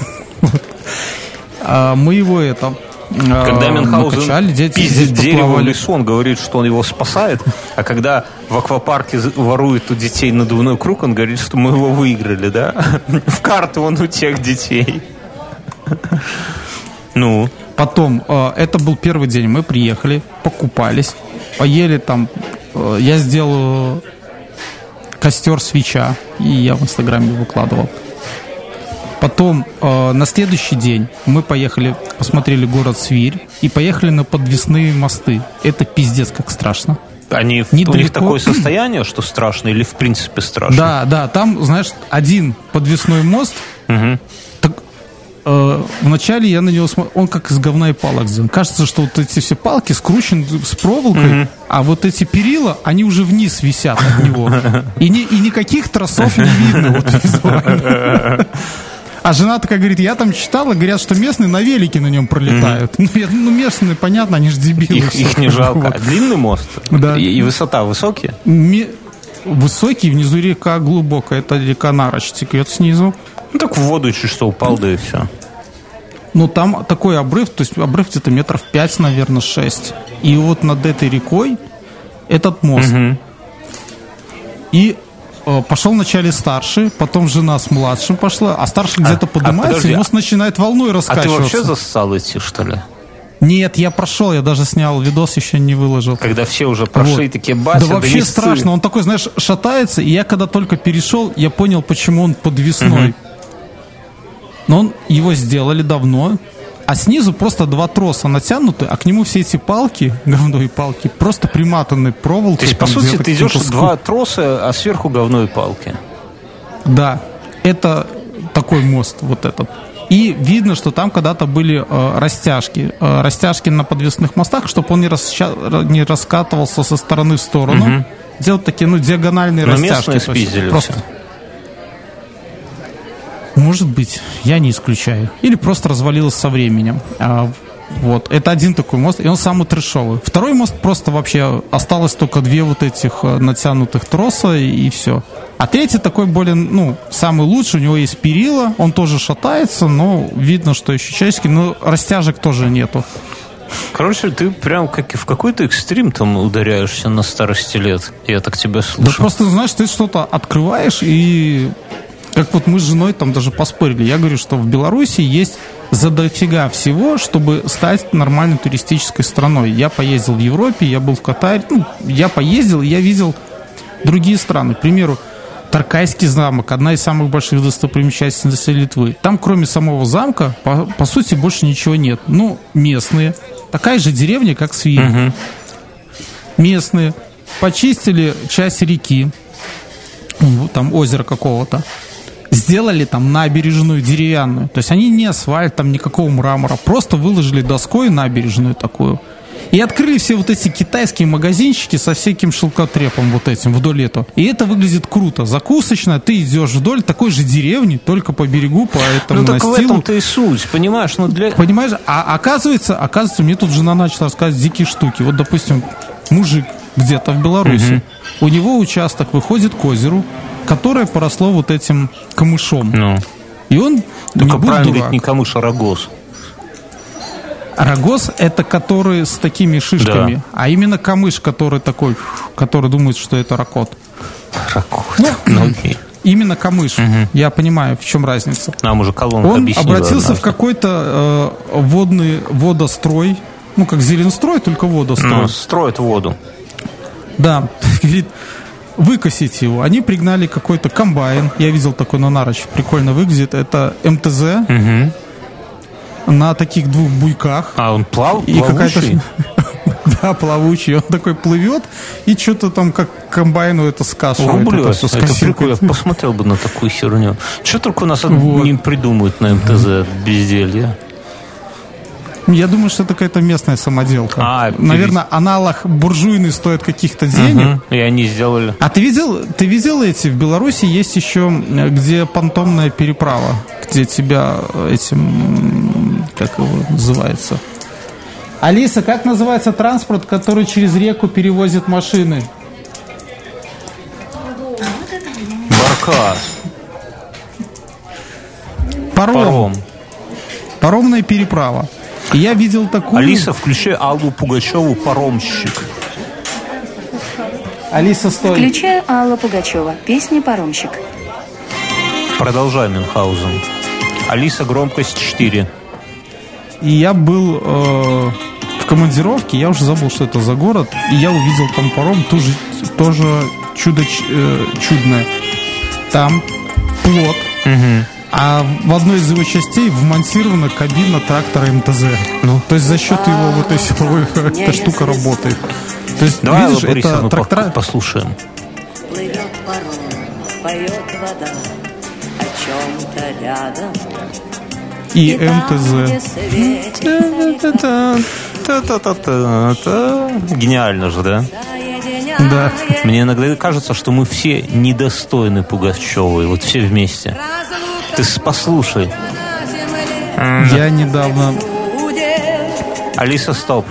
B: Мы его
C: когда Мюнхгаузен пиздит дерево в лесу, он говорит, что он его спасает, а когда в аквапарке ворует у детей надувной круг, он говорит, что мы его выиграли, да? В карту он у тех детей. Ну?
B: Потом, это был первый день, мы приехали, покупались, поели там, я сделал костер свеча, и я в Инстаграме выкладывал. Потом на следующий день мы поехали, посмотрели город Свирь и поехали на подвесные мосты. Это пиздец как страшно.
C: У них такое состояние, что страшно, или в принципе страшно?
B: Да, там, знаешь, один подвесной мост. Вначале я на него смотрю, он как из говна и палок сделан. Кажется, что вот эти все палки скручены с проволокой, а вот эти перила, они уже вниз висят от него. И никаких тросов не видно вот визуально. А жена такая говорит, я там читала, говорят, что местные на велике на нем пролетают. Ну, местные, понятно, они же дебилы.
C: Их не жалко. Вот. Длинный мост?
B: Да.
C: И высота высокие?
B: Высокий, внизу река глубокая. Это река Нарочь текет снизу.
C: Ну, так в воду чуть что упал, да и все.
B: Ну, там такой обрыв, то есть обрыв где-то метров 5, наверное, 6. И вот над этой рекой этот мост. И пошел вначале старший, потом жена с младшим пошла, а старший где-то поднимается, и мост начинает волной раскачиваться.
C: А ты вообще зассал идти, что ли?
B: Нет, я прошел, я даже снял видос, еще не выложил.
C: Когда все уже прошли, вот. Такие басы,
B: да вообще страшно, он такой, знаешь, шатается, и я когда только перешел, я понял, почему он подвесной. Но его сделали давно, а снизу просто 2 троса натянуты, а к нему все эти палки, говно и палки, просто приматаны проволокой.
C: То есть, по сути, ты идешь 2 троса, а сверху говно и палки.
B: Да, это такой мост, вот этот. И видно, что там когда-то были растяжки. Растяжки на подвесных мостах, чтобы он не раскатывался со стороны в сторону. Делать такие, диагональные растяжки.
C: Но местные спиздили
B: просто. Может быть, я не исключаю. Или просто развалилось со временем. Вот. Это один такой мост, и он самый трэшовый. Второй мост просто вообще осталось только 2 вот этих натянутых троса, и все. А третий такой более, самый лучший, у него есть перила, он тоже шатается, но видно, что еще человеческий, но растяжек тоже нету.
C: Короче, ты прям как в какой-то экстрим там ударяешься на старости лет. Я так тебя слушаю.
B: Да просто, знаешь, ты что-то открываешь, и как вот мы с женой там даже поспорили. Я говорю, что в Беларуси есть задофига всего, чтобы стать нормальной туристической страной. Я поездил в Европе, я был в Катаре. Я поездил, и я видел другие страны. К примеру, Таркайский замок, одна из самых больших достопримечательностей Литвы. Там, кроме самого замка, по сути, больше ничего нет. Местные. Такая же деревня, как Свирь. Местные. Почистили часть реки. Там озеро какого-то. Сделали там набережную деревянную. То есть они не асфальт, там никакого мрамора. Просто выложили доской набережную такую. И открыли все вот эти китайские магазинчики со всяким шелкотрепом вот этим вдоль этого. И это выглядит круто. Закусочная, ты идешь вдоль такой же деревни, только по берегу, по этому настилу.
C: Ну так в этом-то и суть, понимаешь?
B: Понимаешь, а оказывается, мне тут жена начала рассказывать дикие штуки. Вот, допустим, мужик где-то в Беларуси, у него участок выходит к озеру, которое поросло вот этим камышом. И он
C: только правильно говорить, не камыш, а рогоз.
B: Рогоз — это который с такими шишками,
C: Да.
B: а именно камыш, который такой, который думает, что это ракот.
C: Ракот. Ну, окей.
B: Именно камыш. Я понимаю, в чем разница.
C: Нам уже колонка
B: Он
C: объяснила
B: обратился в
C: однажды.
B: какой-то водострой, ну, как Зеленстрой, только водострой.
C: Ну, строит воду.
B: Да, говорит, выкосить его. Они пригнали какой-то комбайн. Я видел такой на Нарочь, прикольно выглядит. Это МТЗ на таких двух буйках.
C: А он
B: И какая-то...
C: плавучий?
B: Да, плавучий. Он такой плывет, и что-то там как комбайну это скашивает.
C: Блядь,
B: всё с
C: это
B: косинкой.
C: прикольно. Я посмотрел бы на такую херню. Что только у нас
B: Вот.
C: не придумают на МТЗ от безделья.
B: Я думаю, что это какая-то местная самоделка. Наверное, аналог буржуйный стоит каких-то денег.
C: И они сделали.
B: А ты видел эти? В Беларуси есть еще, где понтонная переправа, где тебя этим, как его называется? Алиса, как называется транспорт, который через реку перевозит машины?
C: Баркас. Паром.
B: Паромная переправа. И я видел такую...
C: Алиса, включай Аллу Пугачеву «Паромщик».
B: Алиса, стой.
D: Включаю Алла Пугачева. Песня «Паромщик».
C: Продолжай, Мюнхгаузен. Алиса, громкость 4.
B: И я был в командировке, я уже забыл, что это за город, и я увидел там паром, тоже чудо чудное. Там плот, а в одной из его частей вмонтирована кабина трактора МТЗ. То есть за счет его вот этой силовой эта штука работает. То есть,
C: Давай,
B: видишь,
C: Алла Борисовна,
B: это трактора...
C: послушаем.
E: Плывет паром, поет вода о чем-то рядом.
B: И МТЗ.
C: Гениально же, да?
B: Да.
C: Мне иногда кажется, что мы все недостойны Пугачевой. Вот все вместе. Ты послушай.
B: Я недавно...
C: Алиса, стоп.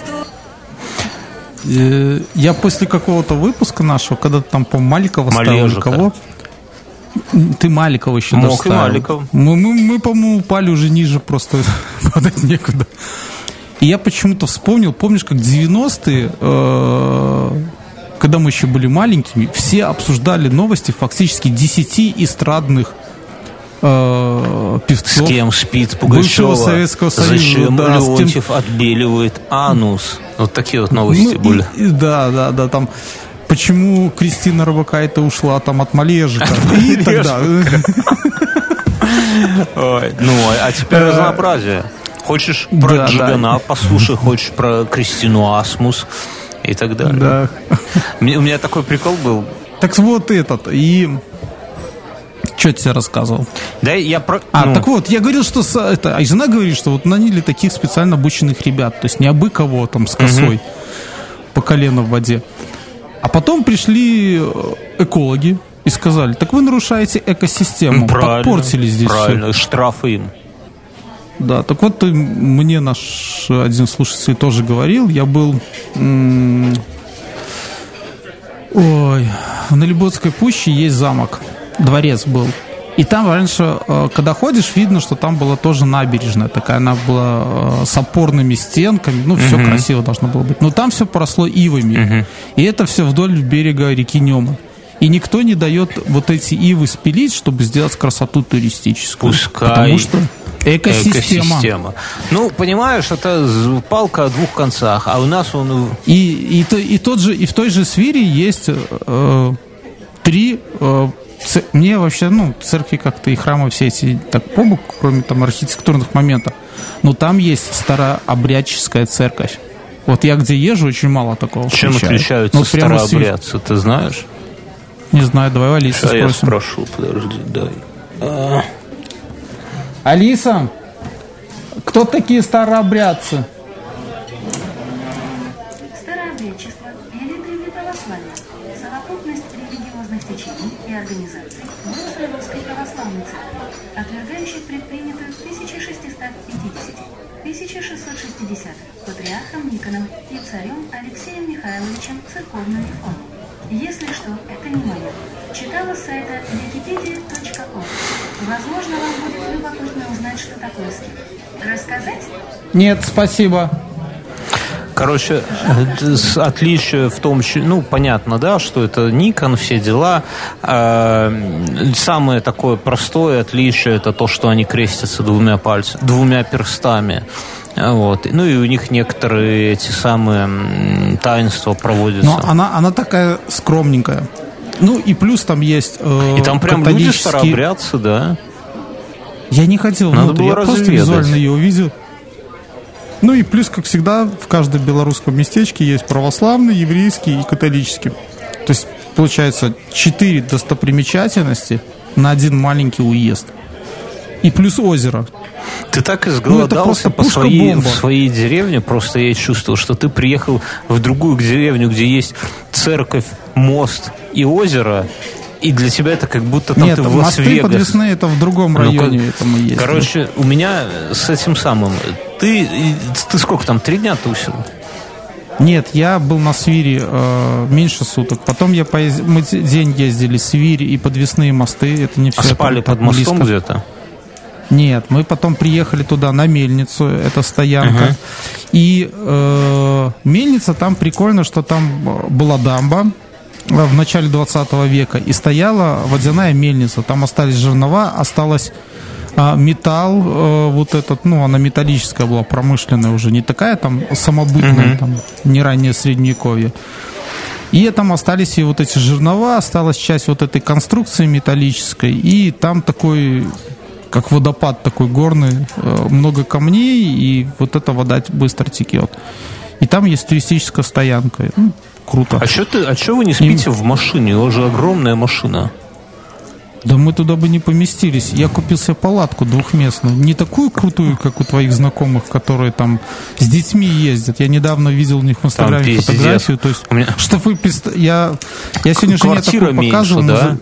B: Я после какого-то выпуска нашего, когда ты там, по-моему, Маликова ставил,
C: Малежика.
B: кого? Ты Маликова еще
C: Мог
B: даже
C: и
B: ставил.
C: Маликов.
B: Мы, по-моему, упали уже ниже, просто падать некуда. И я почему-то вспомнил, помнишь, как 90-е, когда мы еще были маленькими, все обсуждали новости фактически 10 эстрадных певцов.
C: С кем спит
B: бывшего
C: Пугачева?
B: Советского Союза.
C: Зачем
B: да, с кем-
C: Леонтьев отбеливает анус? Вот такие вот новости были.
B: Да, там. Почему Кристина Орбакайте ушла там от Малежика? И так далее.
C: Ой, ну, а теперь разнообразие. Хочешь про
B: Да,
C: Джигана послушай, хочешь про Кристину Асмус и так далее.
B: Да.
C: У меня такой прикол был.
B: Так вот этот. И что тебе рассказывал?
C: Да, я про...
B: Так вот, я говорил, что а жена говорит, что вот наняли таких специально обученных ребят, то есть не абы кого там с косой по колено в воде. А потом пришли экологи и сказали: так вы нарушаете экосистему, подпортили здесь
C: правильно, штрафы им.
B: Да, так вот мне наш один слушатель тоже говорил, я был в Налибоцкой пуще есть замок, дворец был. И там раньше, когда ходишь, видно, что там была тоже набережная такая, она была с опорными стенками, все красиво должно было быть. Но там все поросло ивами. И это все вдоль берега реки Неман. И никто не дает вот эти ивы спилить, чтобы сделать красоту туристическую.
C: Пускай.
B: Потому что экосистема.
C: Ну, понимаешь, это палка о двух концах, а у нас он...
B: И в той же сфере есть три... Мне вообще, церкви как-то и храмы все эти так по боку, кроме там архитектурных моментов. Но там есть старообрядческая церковь. Вот я где езжу, очень мало такого
C: Чем
B: встречаю.
C: отличаются старообрядцы, ты знаешь?
B: Не знаю, давай у Алисы спросим.
C: Я спрошу, подожди, дай.
B: Алиса, кто такие старообрядцы?
D: Старообрядчество или древнеправославие – совокупность религиозных течений и организаций Бывшей Русской Православной Церкви, отвергающих предпринятую в 1660 патриархом Никоном и царем Алексеем Михайловичем церковную реформу. Если что, это не мое. Читала с сайта wikipedia.org. Возможно, вам будет любопытно узнать, что такое скид. Рассказать?
B: Нет, спасибо.
C: Короче, отличие в том, ну, понятно, да, что это Nikon, все дела. Самое такое простое отличие — это то, что они крестятся двумя перстами. Вот. Ну, и у них некоторые эти самые таинства проводятся.
B: Но она такая скромненькая. Ну, и плюс там есть
C: и там прям люди старообрядцы, да?
B: Я не хотел внутрь, я просто визуально ее увидел. Ну и плюс, как всегда, в каждом белорусском местечке есть православный, еврейский и католический. То есть, получается, 4 достопримечательности на один маленький уезд. И плюс озеро.
C: Ты так изголодался по своей деревне, просто я чувствовал, что ты приехал в другую деревню, где есть церковь, мост и озеро, и для тебя это как будто там. Нет, ты в Лас-Вегас.
B: Мосты подвесные — это в другом районе этому есть.
C: Короче, у меня с этим самым... Ты сколько там, 3 дня тусил?
B: Нет, я был на свире меньше суток. Потом мы день ездили, свирь и подвесные мосты. Это не все.
C: А спали под мостом где-то?
B: Нет, мы потом приехали туда, на мельницу, это стоянка. И мельница, там прикольно, что там была дамба в начале 20 века, и стояла водяная мельница. Там остались жернова, осталось металл, вот этот, ну, она металлическая была, промышленная уже, не такая там самобытная, там, не раннее средневековье. И там остались и вот эти жернова, осталась часть вот этой конструкции металлической, и там такой, как водопад такой горный, много камней, и вот эта вода быстро текет. И там есть туристическая стоянка. Ну, круто.
C: А что вы не спите в машине? У вас же огромная машина.
B: Да мы туда бы не поместились. Я купил себе палатку двухместную. Не такую крутую, как у твоих знакомых, которые там с детьми ездят. Я недавно видел у них в Инстаграме фотографию. То есть, что вы я сегодня жене такую показывал.
C: Да?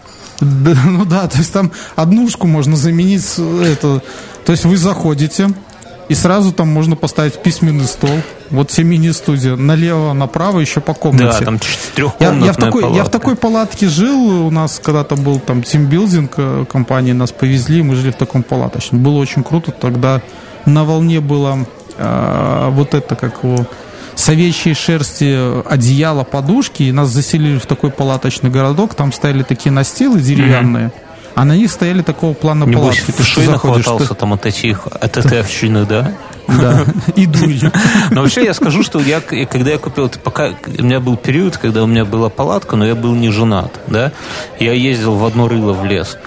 B: Ну да, то есть там однушку можно заменить. То есть вы заходите, и сразу там можно поставить письменный стол. Вот себе мини-студия. Налево, направо, еще по комнате.
C: Да, там трехкомнатная палатка.
B: Я в такой палатке жил. У нас когда-то был там тимбилдинг, компании нас повезли, мы жили в таком палаточном. Было очень круто. Тогда на волне было вот это, как его, с овечьей шерсти одеяло, подушки. И нас заселили в такой палаточный городок. Там стояли такие настилы деревянные. А на них стояли такого плана палатки.
C: Небось, в шее нахватался там от этой овчины, да?
B: Да, и дурью.
C: Но вообще я скажу, что когда я купил, у меня был период, когда у меня была палатка, но я был не женат, да? Я ездил в одно рыло в лес.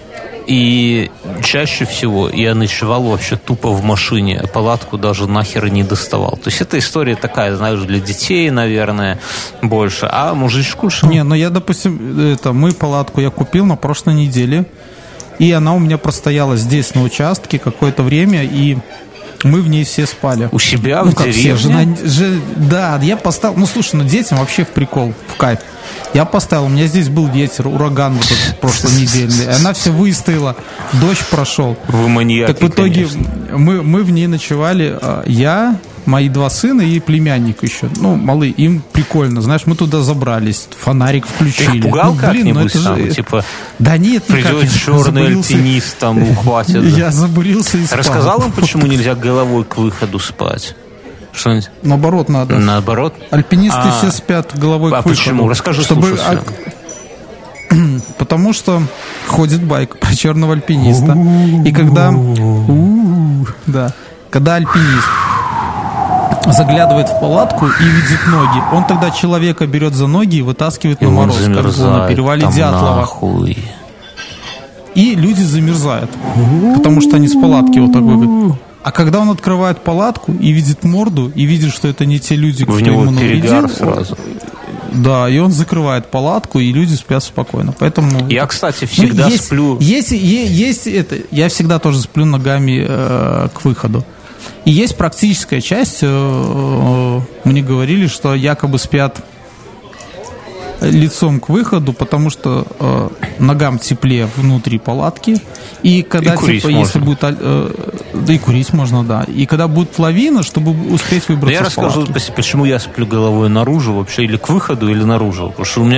C: И чаще всего я ночевал вообще тупо в машине, палатку даже нахер не доставал. То есть эта история такая, знаешь, для детей, наверное, больше. А мужичку что?
B: Не, ну я, допустим, мы палатку я купил на прошлой неделе, и она у меня простояла здесь на участке какое-то время, и мы в ней все спали.
C: У себя в деревне?
B: Да, я поставил. Ну, слушай, детям вообще в прикол, в кайф. Я поставил, у меня здесь был ветер, ураган вот этот прошлой недельный, и она все выстояла, дождь прошел.
C: Вы маньяки,
B: так в итоге мы в ней ночевали, я, мои 2 сына и племянник еще. Ну, малый, им прикольно, знаешь, мы туда забрались, фонарик включили.
C: Ты их пугал как-нибудь там, типа,
B: да нет,
C: придет черный альпинист, там ухватит.
B: Я забурился и спал.
C: Рассказал им, почему нельзя головой к выходу спать? Что-нибудь?
B: Наоборот надо.
C: Наоборот?
B: Альпинисты все спят головой к выходу.
C: Почему? Расскажи слушателям.
B: Потому что ходит байк про черного альпиниста. И когда альпинист заглядывает в палатку и видит ноги, он тогда человека берет за ноги и вытаскивает на мороз, как на перевале Дятлова. И люди замерзают, потому что они с палатки вот такой говорят. А когда он открывает палатку и видит морду, и видит, что это не те люди, кто ему навредил,
C: сразу.
B: Да, и он закрывает палатку, и люди спят спокойно. Поэтому
C: я, кстати, всегда сплю.
B: Есть это. Я всегда тоже сплю ногами к выходу. И есть практическая часть. Мне говорили, что якобы спят лицом к выходу, потому что ногам теплее внутри палатки. И когда, если будет... да и курить можно, да. И когда будет лавина, чтобы успеть выбраться из палатки.
C: Я расскажу, почему я сплю головой наружу вообще, или к выходу, или наружу. Потому что у меня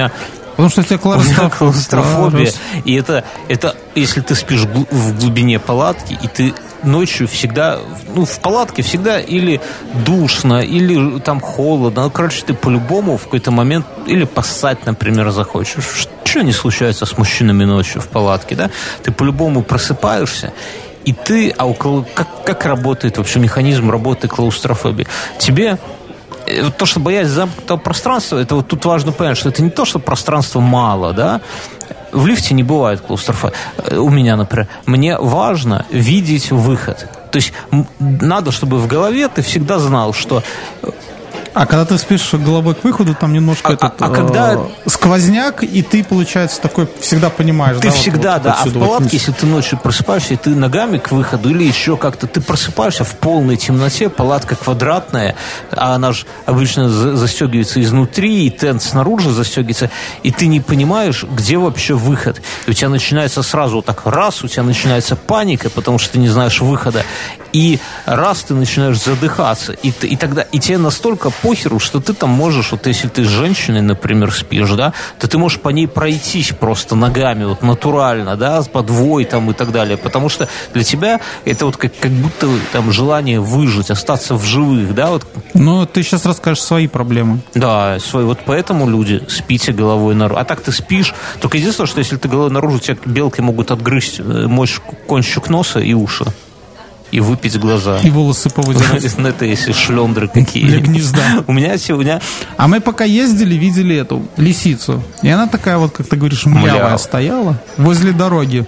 B: Потому что у тебя
C: клаустрофобия. И это, если ты спишь в глубине палатки, и ты ночью всегда, в палатке всегда или душно, или там холодно. Короче, ты по-любому в какой-то момент или поссать, например, захочешь. Что не случается с мужчинами ночью в палатке, да? Ты по-любому просыпаешься, и ты, как работает вообще механизм работы клаустрофобии? Тебе то, что боязнь замкнутого пространства, это вот тут важно понять, что это не то, что пространства мало, да? В лифте не бывает клаустрофобии. У меня, например. Мне важно видеть выход. То есть надо, чтобы в голове ты всегда знал, что...
B: А когда ты спишь головой к выходу, там немножко когда сквозняк, и ты, получается, такой всегда понимаешь.
C: Ты всегда, а в палатке, если ты ночью просыпаешься, и ты ногами к выходу, или еще как-то, ты просыпаешься в полной темноте, палатка квадратная, а она же обычно застегивается изнутри, и тент снаружи застегивается, и ты не понимаешь, где вообще выход. И у тебя начинается сразу вот так раз, у тебя начинается паника, потому что ты не знаешь выхода, и раз ты начинаешь задыхаться, и тогда, и тебе настолько похеру, что ты там можешь, вот если ты с женщиной, например, спишь, да, то ты можешь по ней пройтись просто ногами, вот натурально, да, с подвой там и так далее, потому что для тебя это вот как будто там желание выжить, остаться в живых, да, вот.
B: Ну, ты сейчас расскажешь свои проблемы.
C: Да, свои, вот поэтому люди, спите головой наружу, а так ты спишь, только единственное, что если ты головой наружу, тебя белки могут отгрызть кончик носа и уши. И выпить глаза.
B: И волосы повыдирать.
C: Это если шлендры какие.
B: Для гнезда.
C: У меня сегодня...
B: А мы пока ездили, видели эту лисицу. И она такая вот, как ты говоришь, млявая стояла возле дороги.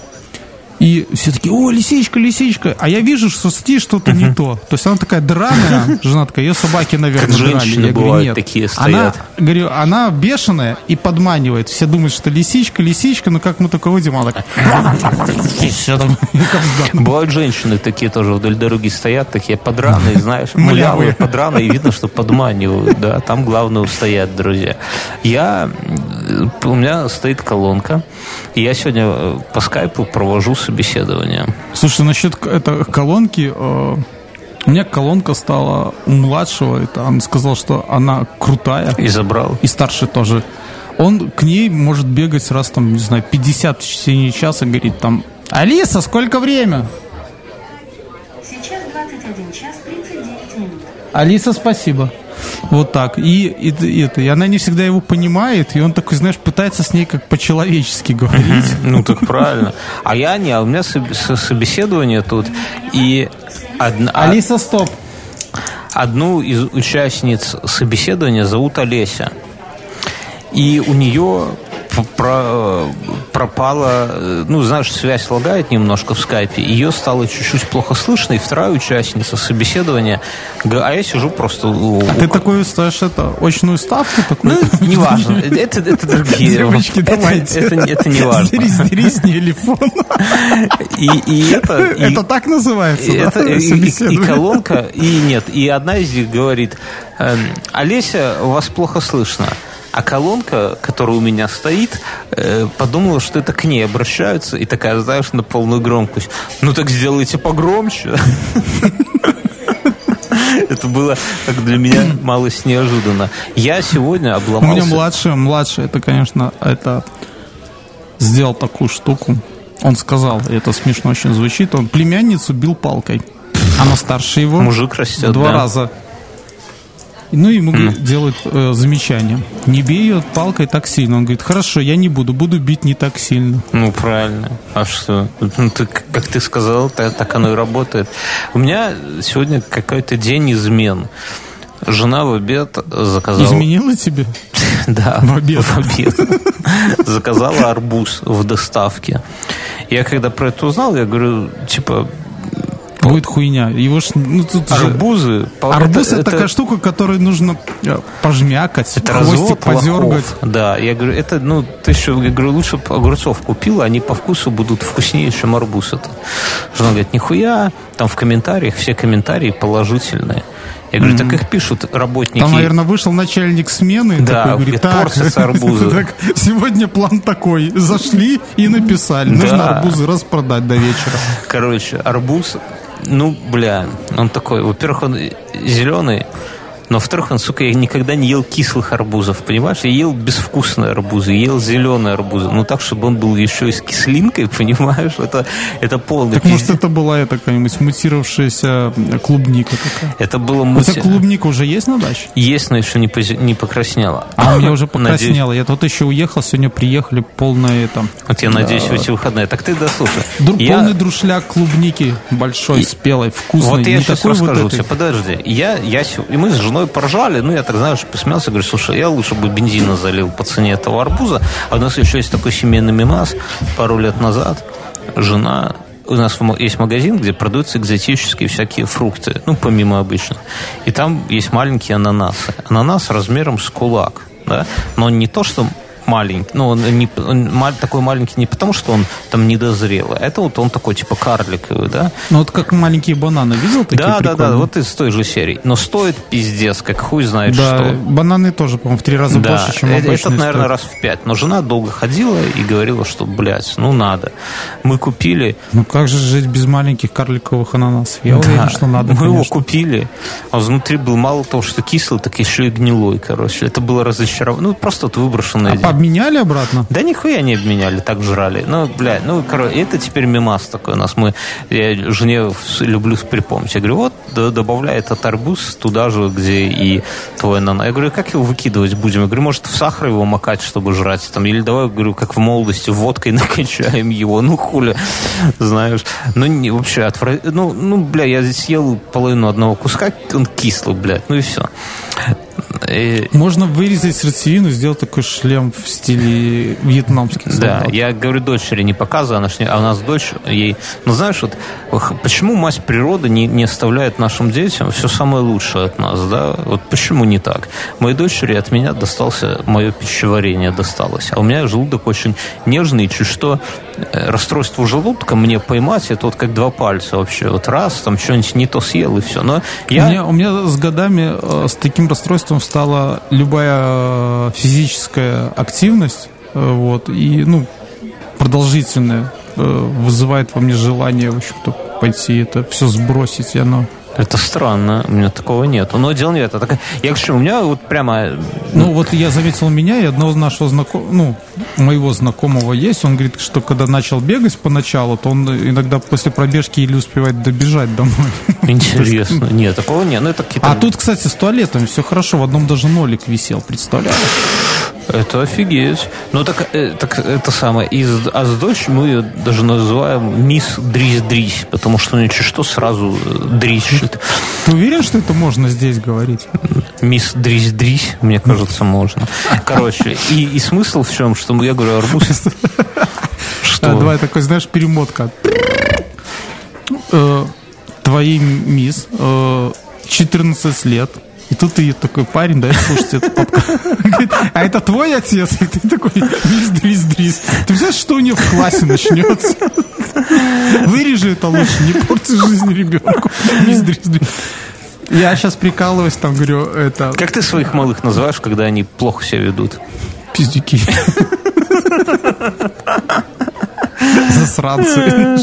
B: И все такие: о, лисичка, лисичка. А я вижу, что что-то не то. То есть она такая драная, жена такая, ее собаки, наверное,
C: как женщины
B: драли.
C: бывают, нет. Такие стоят.
B: Она бешеная и подманивает. Все думают, что лисичка, но как мы только выйдем, она такая...
C: Бывают женщины такие тоже вдоль дороги стоят, такие подраные, знаешь, млявые, подраные, и видно, что подманивают. Да, там главное устоять, друзья. У меня стоит колонка, и я сегодня по скайпу провожу собеседование.
B: Слушай, насчет этой колонки, у меня колонка стала у младшего, это он сказал, что она крутая.
C: И забрал.
B: И старший тоже. Он к ней может бегать раз, там, не знаю, 50 в течение часа, говорит там: Алиса, сколько время?
D: Сейчас 21 час 39 минут.
B: Алиса, спасибо. Вот так. И она не всегда его понимает, и он такой, знаешь, пытается с ней как по-человечески говорить.
C: Ну, так правильно. У меня собеседование тут, и...
B: Алиса, стоп.
C: Одну из участниц собеседования зовут Олеся. И у нее пропала, знаешь, связь лагает немножко в скайпе, ее стало чуть-чуть плохо слышно, и вторая участница собеседования, а я сижу просто...
B: Ты такой ставишь очную ставку?
C: Не важно, это другие.
B: Девочки, давайте.
C: Это не важно.
B: Сдери телефон. Это так называется,
C: и колонка, и одна из них говорит: Олеся, вас плохо слышно. А колонка, которая у меня стоит, подумала, что это к ней обращаются, и такая, знаешь, на полную громкость: ну так сделайте погромче. Это было так для меня малость неожиданно. Я сегодня обломался.
B: У меня младший, это, конечно, сделал такую штуку. Он сказал, и это смешно очень звучит, он племянницу бил палкой. Она старше его.
C: Мужик растет,
B: 2 раза. Ему делают замечание: не бей ее палкой так сильно. Он говорит: хорошо, я не буду бить не так сильно.
C: Ну, правильно. А что? Как ты сказал, так оно и работает. У меня сегодня какой-то день измен. Жена в обед заказала...
B: Изменила тебе?
C: Да,
B: в обед.
C: Заказала арбуз в доставке. Я когда про это узнал, я говорю,
B: будет хуйня. Его
C: арбузы.
B: Арбуз это такая штука, которую нужно пожмякать,
C: это
B: хвостик подергать.
C: Да, я говорю, ты еще, я говорю, лучше огурцов купила, они по вкусу будут вкуснее, чем арбуз. Жена говорит: нихуя, там в комментариях все комментарии положительные. Я говорю, так их пишут работники.
B: Там, наверное, вышел начальник смены.
C: Да,
B: такой, говорит:
C: портятся арбузы.
B: Так, сегодня план такой. Зашли и написали. Нужно арбузы распродать до вечера.
C: Короче, арбуз, он такой, во-первых, он зеленый, Но, во-вторых, сука, я никогда не ел кислых арбузов, понимаешь? Я ел безвкусные арбузы, ел зеленые арбузы. Ну, так, чтобы он был еще и с кислинкой, понимаешь? Это полный
B: так,
C: пиздец.
B: может, это была какая-нибудь мутировавшаяся клубника такая?
C: Это было
B: Хотя клубника уже есть на даче?
C: Есть, но еще не покраснела.
B: А у меня уже покраснело. Я тут еще уехал, сегодня приехали полное там.
C: Вот я надеюсь, в эти выходные. Так ты дослушай.
B: Полный друшляк клубники большой, спелой, вкусной.
C: Вот я
B: не
C: сейчас расскажу тебе. Подожди. И мы с женой поржали. Ну, я так, знаешь, посмеялся. Говорю, слушай, я лучше бы бензина залил по цене этого арбуза. А у нас еще есть такой семейный мемас. Пару лет назад жена... У нас есть магазин, где продаются экзотические всякие фрукты, ну, помимо обычных. И там есть маленькие ананасы. Ананас размером с кулак, да? Но он не то, что маленький, ну, он такой маленький не потому, что он там недозрелый, а это вот он такой, типа, карликовый, да?
B: Ну, вот как маленькие бананы, видел такие прикольные?
C: Да, вот из той же серии. Но стоит пиздец, как хуй знает что.
B: Да, бананы тоже, по-моему, в 3 раза больше, чем обычные.
C: Этот, наверное, раз в 5. Но жена долго ходила и говорила, что, блядь, ну, надо. Мы купили...
B: Ну, как же жить без маленьких карликовых ананасов? Я уверен, что надо,
C: мы его купили, а внутри был мало того, что кислый, так еще и гнилой, короче. Это было разочарование. Ну, просто вот выброшенное.
B: Обменяли обратно?
C: Да нихуя не обменяли, так жрали. Ну, блядь, короче, это теперь мемас такой у нас. Я жене люблю припомнить. Я говорю, вот, добавляй этот арбуз туда же, где и твой ананас. Я говорю, как его выкидывать будем? Я говорю, может, в сахар его макать, чтобы жрать? Там, или давай, говорю, как в молодости, водкой накачаем его. Ну, хули, знаешь. Ну, вообще, бля, я здесь съел половину одного куска, он кислый, блядь, ну и все.
B: Можно вырезать сердцевину, сделать такой шлем в стиле вьетнамских солдат.
C: Да, я говорю, дочери не показываю, а у нас дочь, ей... Ну, знаешь, вот почему мать природы не оставляет нашим детям все самое лучшее от нас, да? Вот почему не так? Моей дочери от меня мое пищеварение досталось, а у меня желудок очень нежный, чуть что расстройство желудка мне поймать, это вот как 2 пальца вообще. Вот раз, там что-нибудь не то съел, и все. Но
B: у меня с годами с таким расстройством стала любая физическая активность, вот, и, продолжительная, вызывает во мне желание, в общем-то, пойти это все сбросить, и оно...
C: Это странно, у меня такого нет. Но дело не это. Я говорю, у меня вот прямо...
B: Ну, вот я заметил, у меня и одного нашего моего знакомого есть. Он говорит, что когда начал бегать поначалу, то он иногда после пробежки еле успевает добежать домой.
C: Интересно. Нет, такого нет.
B: А тут, кстати, с туалетами все хорошо. В одном даже нолик висел, представляешь?
C: Это офигеть. Ну, так это самое. А с дочерью мы ее даже называем мисс Дрись-Дрись, потому что ничего что сразу дрищит.
B: Ты уверен, что это можно здесь говорить?
C: Мисс Дрись-Дрись, мне кажется, можно. Короче, и смысл в чем, что я говорю, арбуз... Что?
B: Давай такой, знаешь, перемотка. Твоей мисс 14 лет. И тут ты такой парень, да, слушайте, это подкаст. А это твой отец? И ты такой, дрись. Ты представляешь, что у нее в классе начнется? Вырежи это лучше, не порти жизнь ребенку. Дрись. Я сейчас прикалываюсь, там говорю, это...
C: Как ты своих малых называешь, когда они плохо себя ведут?
B: Пиздюки. Засранцы.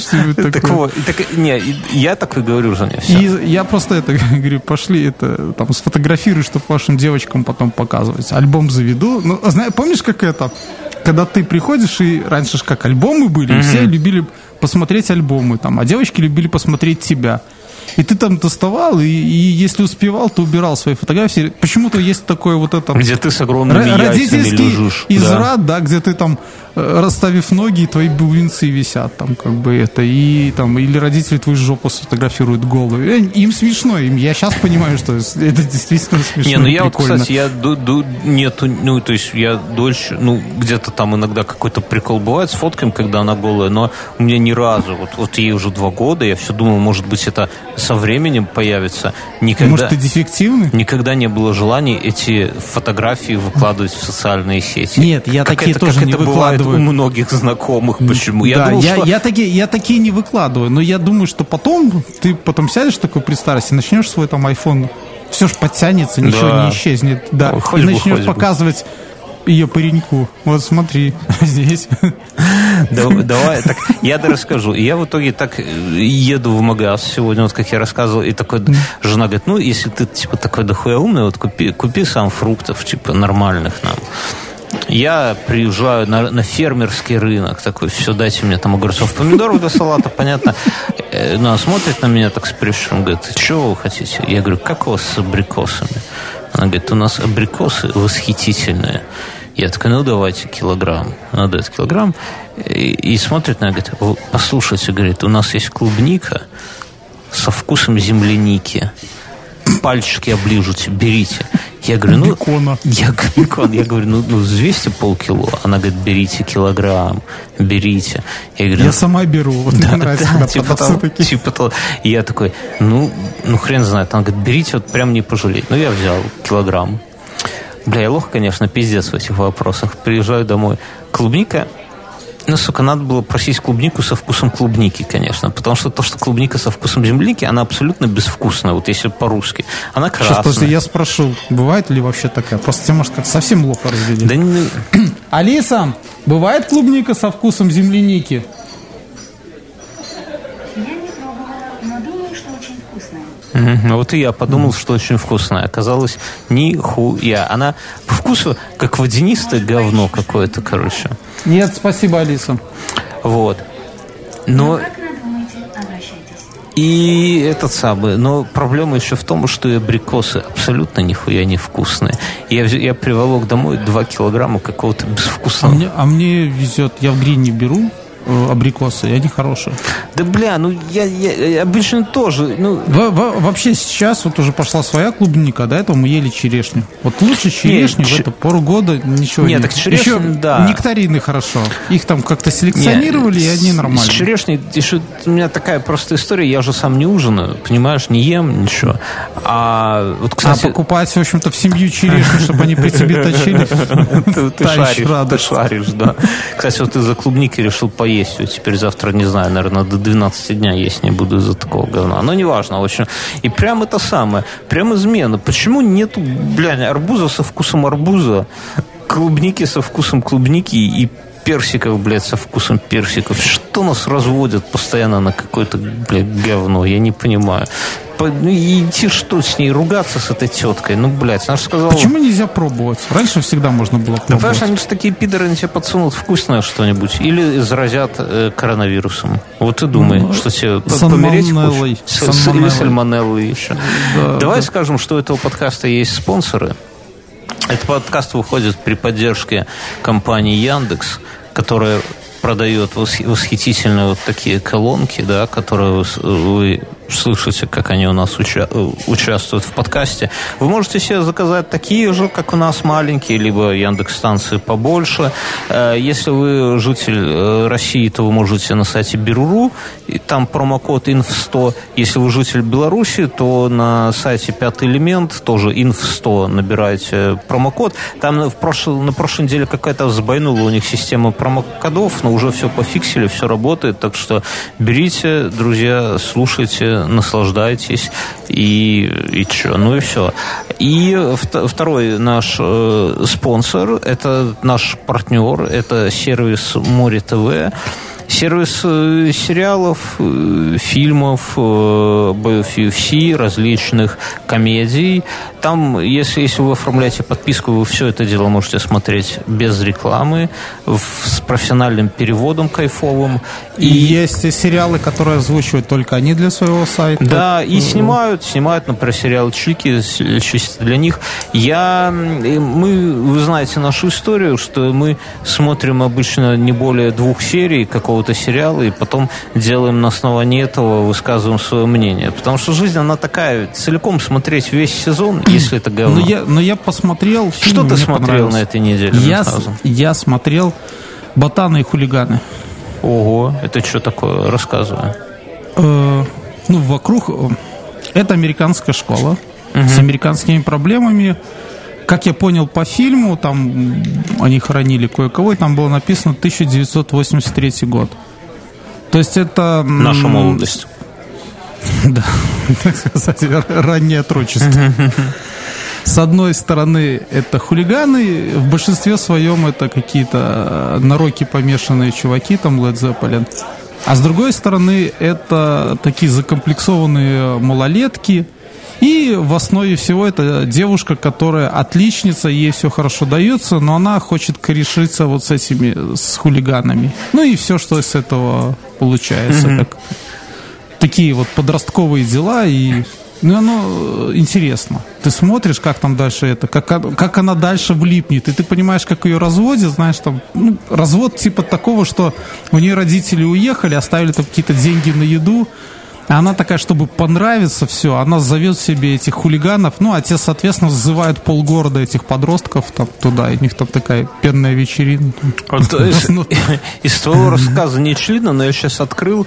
C: Я так и говорю жене.
B: И я просто говорю, пошли там сфотографируй, чтобы вашим девочкам потом показывать. Альбом заведу. Ну, помнишь, как это? Когда ты приходишь, и раньше же как альбомы были, и все любили посмотреть альбомы, там, а девочки любили посмотреть тебя. И ты там доставал, и если успевал, то убирал свои фотографии. Почему-то есть такое вот это...
C: Где ты с огромными яйцами лежишь.
B: Израд, да, где ты там, расставив ноги, и твои бубенцы висят там, как бы это, и там, или родители твою жопу сфотографируют голую. Им смешно, я сейчас понимаю, что это действительно смешно.
C: Не, ну я вот, кстати, то есть я дольше, где-то там иногда какой-то прикол бывает с фотками, когда она голая, но у меня ни разу, вот ей уже 2 года, я все думал, может быть, это со временем появится.
B: Может, ты дефективный?
C: Никогда не было желания эти фотографии выкладывать в социальные сети.
B: Нет, я такие тоже не выкладываю.
C: У многих знакомых. Почему?
B: Я такие не выкладываю, но я думаю, что ты потом сядешь такой при старости, начнешь свой там iPhone, все ж подтянется, ничего не исчезнет. Да. И начнешь показывать ее пареньку. Вот смотри, здесь.
C: Давай, так, я расскажу. Я в итоге так еду в магаз сегодня, вот как я рассказывал, и такой, жена говорит, ну, если ты, типа, такой дохуя умный, вот купи сам фруктов, типа, нормальных нам. Я приезжаю на фермерский рынок, такой, все, дайте мне там огурцов, помидоров до салата, понятно. Она смотрит на меня так с прищуром, говорит, что вы хотите? Я говорю, как у вас с абрикосами? Она говорит, у нас абрикосы восхитительные. Я такой, ну, давайте килограмм. Она дает килограмм. И смотрит на меня, говорит, послушайте, говорит, у нас есть клубника со вкусом земляники. Пальчики оближите, берите. Я говорю,
B: бекона.
C: Я говорю, ну, взвесьте полкило. Она говорит, берите килограмм, берите. Я говорю,
B: я сама беру. Вот
C: да,
B: мне нравится, когда продавцы такие.
C: Типа, и я такой, ну, хрен знает. Она говорит, берите, вот прям не пожалеть. Ну, я взял килограмм. Бля, я лох, конечно, пиздец в этих вопросах. Приезжаю домой. Клубника... Ну, сука, надо было просить клубнику со вкусом клубники, конечно. Потому что то, что клубника со вкусом земляники, она абсолютно безвкусная, вот если по-русски. Она красная.
B: Сейчас, подожди, я спрошу, бывает ли вообще такая? Просто тебе, может, как совсем лохо разделить.
C: Да не...
B: Алиса, бывает клубника со вкусом земляники?
D: Я не пробовала, но думаю, что очень вкусная.
C: Вот и я подумал, что очень вкусная. Оказалось, нихуя. Она по вкусу как водянистое говно какое-то, короче.
B: Нет, спасибо, Алиса.
C: Вот. Но...
D: Как надумаете, обращайтесь.
C: И этот самый. Но проблема еще в том, что и абрикосы абсолютно нихуя не вкусные. Я приволок домой 2 килограмма какого-то безвкусного.
B: А мне везет, я в Грине беру абрикосы, и они хорошие.
C: Да, бля, ну я обычно тоже. Ну...
B: Вообще сейчас вот уже пошла своя клубника, до этого мы ели черешню. Вот лучше черешни в эту пору года ничего
C: нет.
B: Нет,
C: так черешня,
B: еще
C: да.
B: Нектарины хорошо. Их там как-то селекционировали, и они нормальные.
C: С черешней еще у меня такая простая история. Я же сам не ужинаю, понимаешь, не ем ничего. А вот, кстати...
B: покупать, в общем-то, в семью черешню, чтобы они при тебе точили.
C: Ты шаришь, да. Кстати, вот из-за клубники решил поесть. Теперь завтра, не знаю, наверное, до 12 дня есть не буду из-за такого говна. Но неважно, в общем. И прям это самое, прям измена. Почему нету, блядь, арбуза со вкусом арбуза, клубники со вкусом клубники и персиков, блядь, со вкусом персиков? Что нас разводят постоянно на какое-то, блядь, говно? Я не понимаю. И идти что с ней, ругаться с этой теткой? Ну, блядь, она же сказала...
B: Почему нельзя пробовать? Раньше всегда можно было пробовать.
C: Да, понимаешь, они же такие пидоры, они тебе подсунут вкусное что-нибудь. Или заразят коронавирусом. Вот ты думай, что тебе помереть хочешь? Или сальмонеллой еще. Да, давай скажем, что у этого подкаста есть спонсоры. Этот подкаст выходит при поддержке компании Яндекс, которая продает восхитительные вот такие колонки, да, которые вы слышите, как они у нас участвуют в подкасте. Вы можете себе заказать такие же, как у нас, маленькие, либо Яндекс-станции побольше. Если вы житель России, то вы можете на сайте Беру.ру, и там промокод INF100. Если вы житель Беларуси, то на сайте Пятый элемент тоже INF100 набираете промокод. Там на прошлой неделе какая-то взбойнула у них система промокодов, но уже все пофиксили, все работает. Так что берите, друзья, слушайте, наслаждайтесь и что, ну и все. И второй наш спонсор, это наш партнер, это сервис Море ТВ. Сервис сериалов, фильмов, боев UFC, различных комедий. Там, если вы оформляете подписку, вы все это дело можете смотреть без рекламы, с профессиональным переводом кайфовым.
B: И есть сериалы, которые озвучивают только они для своего сайта.
C: Да, и снимают, например, сериал «Чики», чисто для них. Вы знаете нашу историю, что мы смотрим обычно не более 2 серий какого-то сериала, и потом делаем на основании этого, высказываем свое мнение. Потому что жизнь, она такая, целиком смотреть весь сезон, если это говно.
B: Но я посмотрел фильм,
C: что ты смотрел на этой неделе?
B: Я смотрел «Ботаны и хулиганы».
C: Ого, это что такое? Рассказывай.
B: Вокруг... Это американская школа с американскими проблемами. Как я понял по фильму, там они хоронили кое-кого, и там было написано 1983 год. То есть это...
C: Наша молодость.
B: Да, так сказать, раннее отрочество. С одной стороны, это хулиганы, в большинстве своем это какие-то на роке помешанные чуваки, там Led Zeppelin. А с другой стороны, это такие закомплексованные малолетки. И в основе всего это девушка, которая отличница, ей все хорошо дается, но она хочет корешиться вот с хулиганами. Ну и все, что с этого получается. Такие вот подростковые дела, и оно интересно. Ты смотришь, как там дальше как она дальше влипнет, и ты понимаешь, как ее разводят, знаешь, там, развод типа такого, что у нее родители уехали, оставили там какие-то деньги на еду, а она такая, чтобы понравиться, все, она зовет себе этих хулиганов, а те, соответственно, сзывают полгорода этих подростков там туда, и у них там такая пенная вечерина.
C: Из твоего рассказа не очевидно, но я сейчас открыл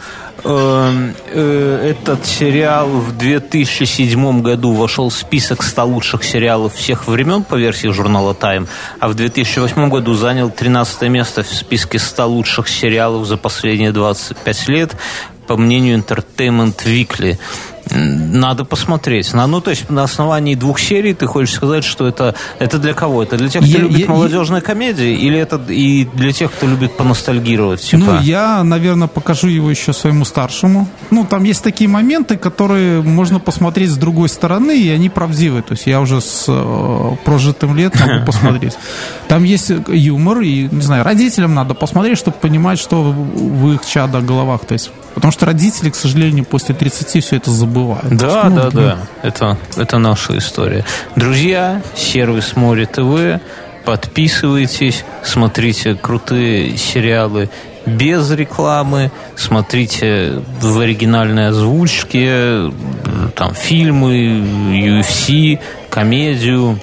C: этот сериал в 2007 году вошел в список 100 лучших сериалов всех времен по версии журнала Time, а в 2008 году занял 13 место в списке 100 лучших сериалов за последние 25 лет, по мнению Entertainment Weekly. Надо посмотреть. То есть на основании 2 серий ты хочешь сказать, что это для кого? Это для тех, кто любит молодежные комедии, или это и для тех, кто любит поностальгировать? Типа?
B: Я, наверное, покажу его еще своему старшему. Там есть такие моменты, которые можно посмотреть с другой стороны, и они правдивы. То есть я уже с прожитым лет могу посмотреть. Там есть юмор, и, не знаю, родителям надо посмотреть, чтобы понимать, что в их чадо головах. То есть, потому что родители, к сожалению, после 30 все это забывают.
C: Да. Это наша история. Друзья, сервис Море ТВ. Подписывайтесь, смотрите крутые сериалы без рекламы, смотрите в оригинальной озвучке, там фильмы, UFC, комедию.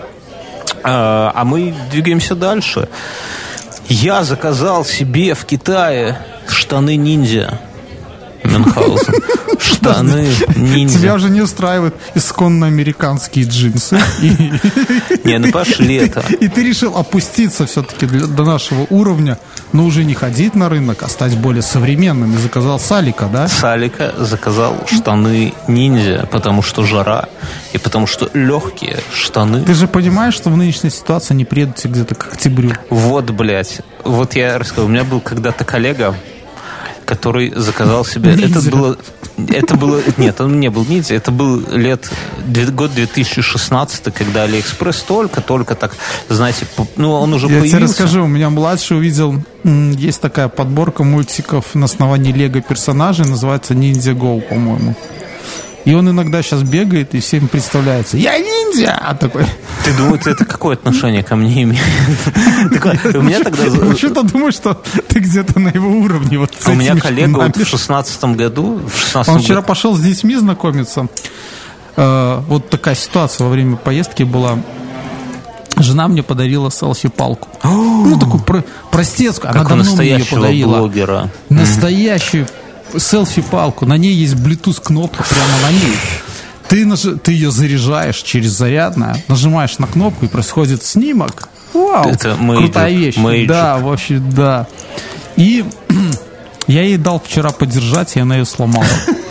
C: А мы двигаемся дальше. Я заказал себе в Китае штаны ниндзя. Мюнхгаузен. Штаны ниндзя.
B: Тебя уже не устраивают исконно американские джинсы.
C: Пошли это.
B: И ты решил опуститься все-таки до нашего уровня, но уже не ходить на рынок, а стать более современным. И заказал Салика, да?
C: Салика заказал штаны ниндзя, потому что жара и потому что легкие штаны.
B: Ты же понимаешь, что в нынешней ситуации они приедут где-то к октябрю.
C: Вот я расскажу. У меня был когда-то коллега, который заказал себе... Это было... Нет, он не был ниндзя. Это был год 2016, когда Алиэкспресс только так, знаете, он уже появился. Я тебе расскажу.
B: У меня младший увидел... Есть такая подборка мультиков на основании лего персонажей, называется «Ниндзя Гоу», по-моему. И он иногда сейчас бегает и всем представляется: «Я ниндзя!» такой.
C: Ты думаешь, это какое отношение ко мне имеет? У меня тогда...
B: Почему-то думаю, что ты где-то на его уровне.
C: У меня коллега в 16-м году...
B: Он вчера пошел с детьми знакомиться. Вот такая ситуация во время поездки была. Жена мне подарила селфи-палку. Такую простецкую. Она давно мне ее подарила.
C: Блогера.
B: Настоящую селфи-палку. На ней есть Bluetooth-кнопка прямо на ней. Ты ее заряжаешь через зарядное, нажимаешь на кнопку, и происходит снимок. Вау,
C: это
B: крутая вещь. Да, вообще, да. И я ей дал вчера подержать, и она ее сломала.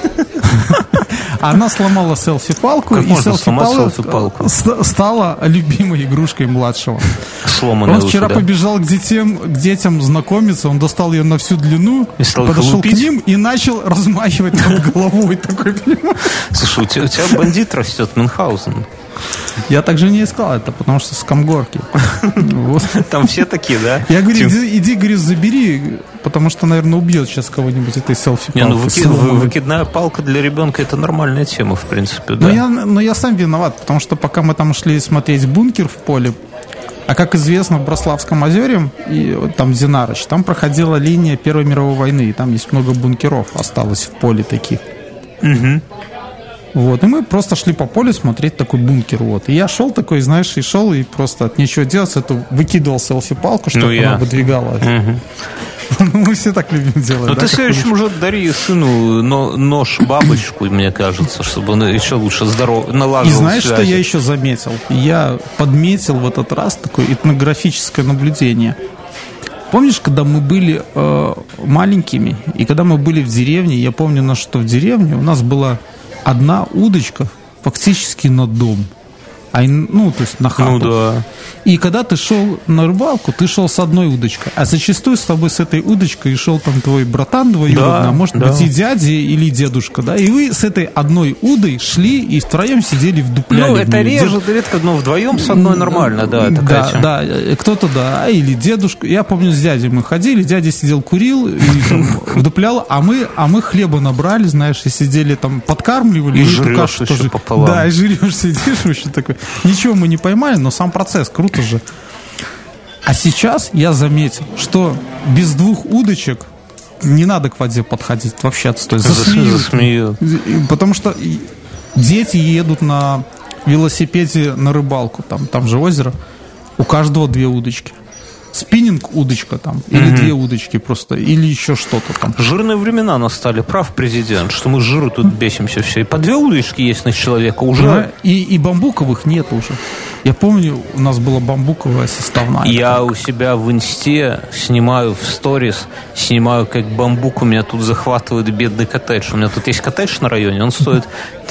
B: Она сломала селфи-палку, и селфи-палка стала любимой игрушкой младшего. Он вчера побежал к детям знакомиться, он достал ее на всю длину, подошел к ним и начал размахивать над головой. Такой, понимаешь?
C: Слушай, у тебя бандит растет, Мюнхгаузен.
B: Я так же не искал это, потому что с Камгорки.
C: Там все такие, да?
B: Я говорю, иди, говорю, забери, потому что, наверное, убьет сейчас кого-нибудь этой селфи-палкой.
C: Выкидная палка для ребенка — это нормальная тема, в принципе, да.
B: Но я сам виноват, потому что пока мы там шли смотреть «Бункер» в поле, а как известно, в Брославском озере, и там Зинароч, там проходила линия Первой мировой войны, и там есть много бункеров осталось в поле таких.
C: Угу.
B: Вот, и мы просто шли по полю смотреть такой бункер. Вот. И я шел такой, знаешь, и шел, и просто от нечего делать, это выкидывал селфи-палку, чтобы она выдвигалась. Мы все так любим делать.
C: Но ты в следующем уже дари сыну нож-бабочку, мне кажется, чтобы он еще лучше налаживал связи.
B: И знаешь, что я еще заметил? Я подметил в этот раз такое этнографическое наблюдение. Помнишь, когда мы были маленькими, и когда мы были в деревне, я помню, что в деревне у нас была одна удочка фактически на дом. то есть на хату.
C: Ну да.
B: И когда ты шел на рыбалку, ты шел с одной удочкой, а зачастую с тобой с этой удочкой шел там твой братан двоюродный, а может быть и дядя или дедушка, да, и вы с этой одной удой шли и втроем сидели вдупляли.
C: Ну, это редко, но вдвоем с одной нормально, да.
B: Да, кто-то, да, или дедушка. Я помню, с дядей мы ходили, дядя сидел, курил, и там вдуплял, а мы хлеба набрали, знаешь, и сидели там, подкармливали.
C: И жрешь еще пополам.
B: Да, и жрешь, сидишь, вообще такой. Ничего мы не поймали, но сам процесс, круто же. А сейчас я заметил, что без 2 удочек не надо к воде подходить, вообще отстой.
C: Засмеют.
B: Потому что дети едут на велосипеде на рыбалку, там же озеро, у каждого 2 удочки. Спиннинг удочка там, или 2 удочки просто, или еще что-то там.
C: Жирные времена настали, прав президент, что мы с жиру тут бесимся все. И по 2 удочки есть на человека уже.
B: И бамбуковых нет уже. Я помню, у нас была бамбуковая составная.
C: Я у себя в инсте снимаю в сторис, как бамбук у меня тут захватывает бедный коттедж. У меня тут есть коттедж на районе, он стоит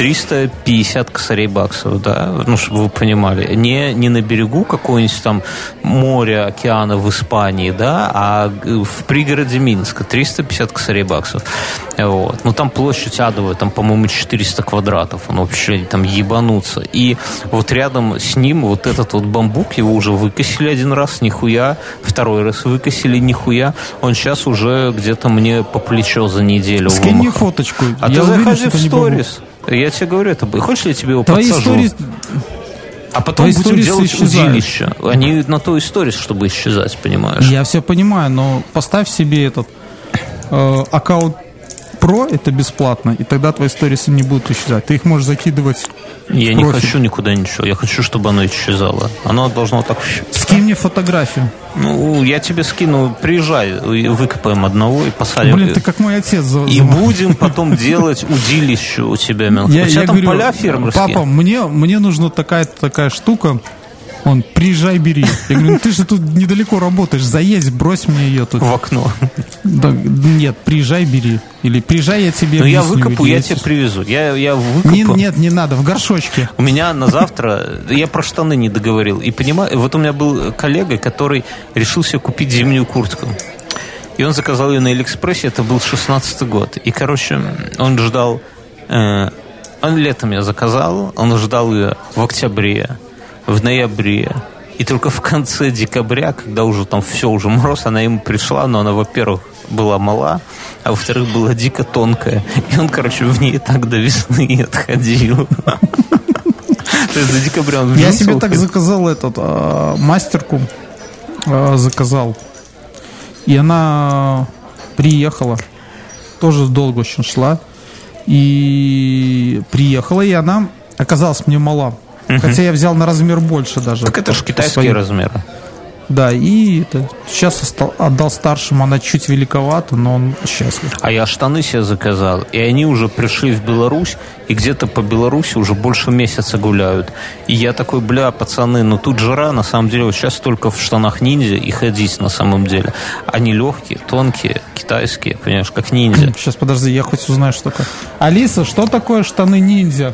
C: 350 косарей баксов, да, ну, чтобы вы понимали. Не на берегу какого-нибудь там моря, океана в Испании, да, а в пригороде Минска 350 косарей баксов. Вот. Ну, там площадь адовая, там, по-моему, 400 квадратов. Он вообще там ебануться. И вот рядом с ним вот этот вот бамбук, его уже выкосили 1 раз, нихуя. 2 раз выкосили, нихуя. Он сейчас уже где-то мне по плечо за неделю.
B: Скинь мне фоточку.
C: А ты заходи в сторис. Я тебе говорю, хочешь, я тебе его
B: твои
C: подсажу?
B: Сторис...
C: А потом будем делать удилища. Они на то и сторис, чтобы исчезать, понимаешь?
B: Я все понимаю, но поставь себе этот аккаунт Pro, это бесплатно, и тогда твои сторисы не будут исчезать. Ты их можешь закидывать.
C: Я не хочу никуда ничего. Я хочу, чтобы оно исчезало. Оно должно так...
B: Скинь мне фотографию.
C: Ну, я тебе скину. Приезжай, выкопаем одного и посадим.
B: Блин, ты как мой отец.
C: И будем потом делать удилище у тебя. У тебя там
B: говорю,
C: поля фермерские.
B: Папа, мне нужна такая штука. Он, приезжай, бери. Я говорю, ты же тут недалеко работаешь, заедь, брось мне ее тут.
C: В окно.
B: Да, нет, приезжай, бери. Или приезжай, я тебе объясню.
C: Я выкопаю, я тебе привезу. Я выкопаю.
B: Нет, не надо, в горшочке.
C: У меня на завтра, я про штаны не договорил. И понимаю, вот у меня был коллега, который решил себе купить зимнюю куртку. И он заказал ее на Алиэкспрессе, это был 16-й год. И, короче, он ждал, он летом я заказал, он ждал ее в октябре, в ноябре. И только в конце декабря, когда уже там все, уже мороз, она ему пришла, но она, во-первых, была мала, а во-вторых, была дико тонкая. И он, короче, в ней так до весны и отходил. То есть до декабря он в
B: Я себе так заказал мастерку, заказал. И она приехала, тоже долго очень шла. И приехала, и она оказалась мне мала. Хотя я взял на размер больше даже.
C: Так это же китайские размеры.
B: Да, и сейчас отдал старшему, она чуть великовата, но он счастлив.
C: А я штаны себе заказал, и они уже пришли в Беларусь, и где-то по Беларуси уже больше месяца гуляют. И я такой, пацаны, ну тут жара, на самом деле, вот сейчас только в штанах ниндзя и ходить на самом деле. Они легкие, тонкие, китайские, понимаешь, как ниндзя.
B: Сейчас, подожди, я хоть узнаю, что такое. Алиса, что такое штаны ниндзя?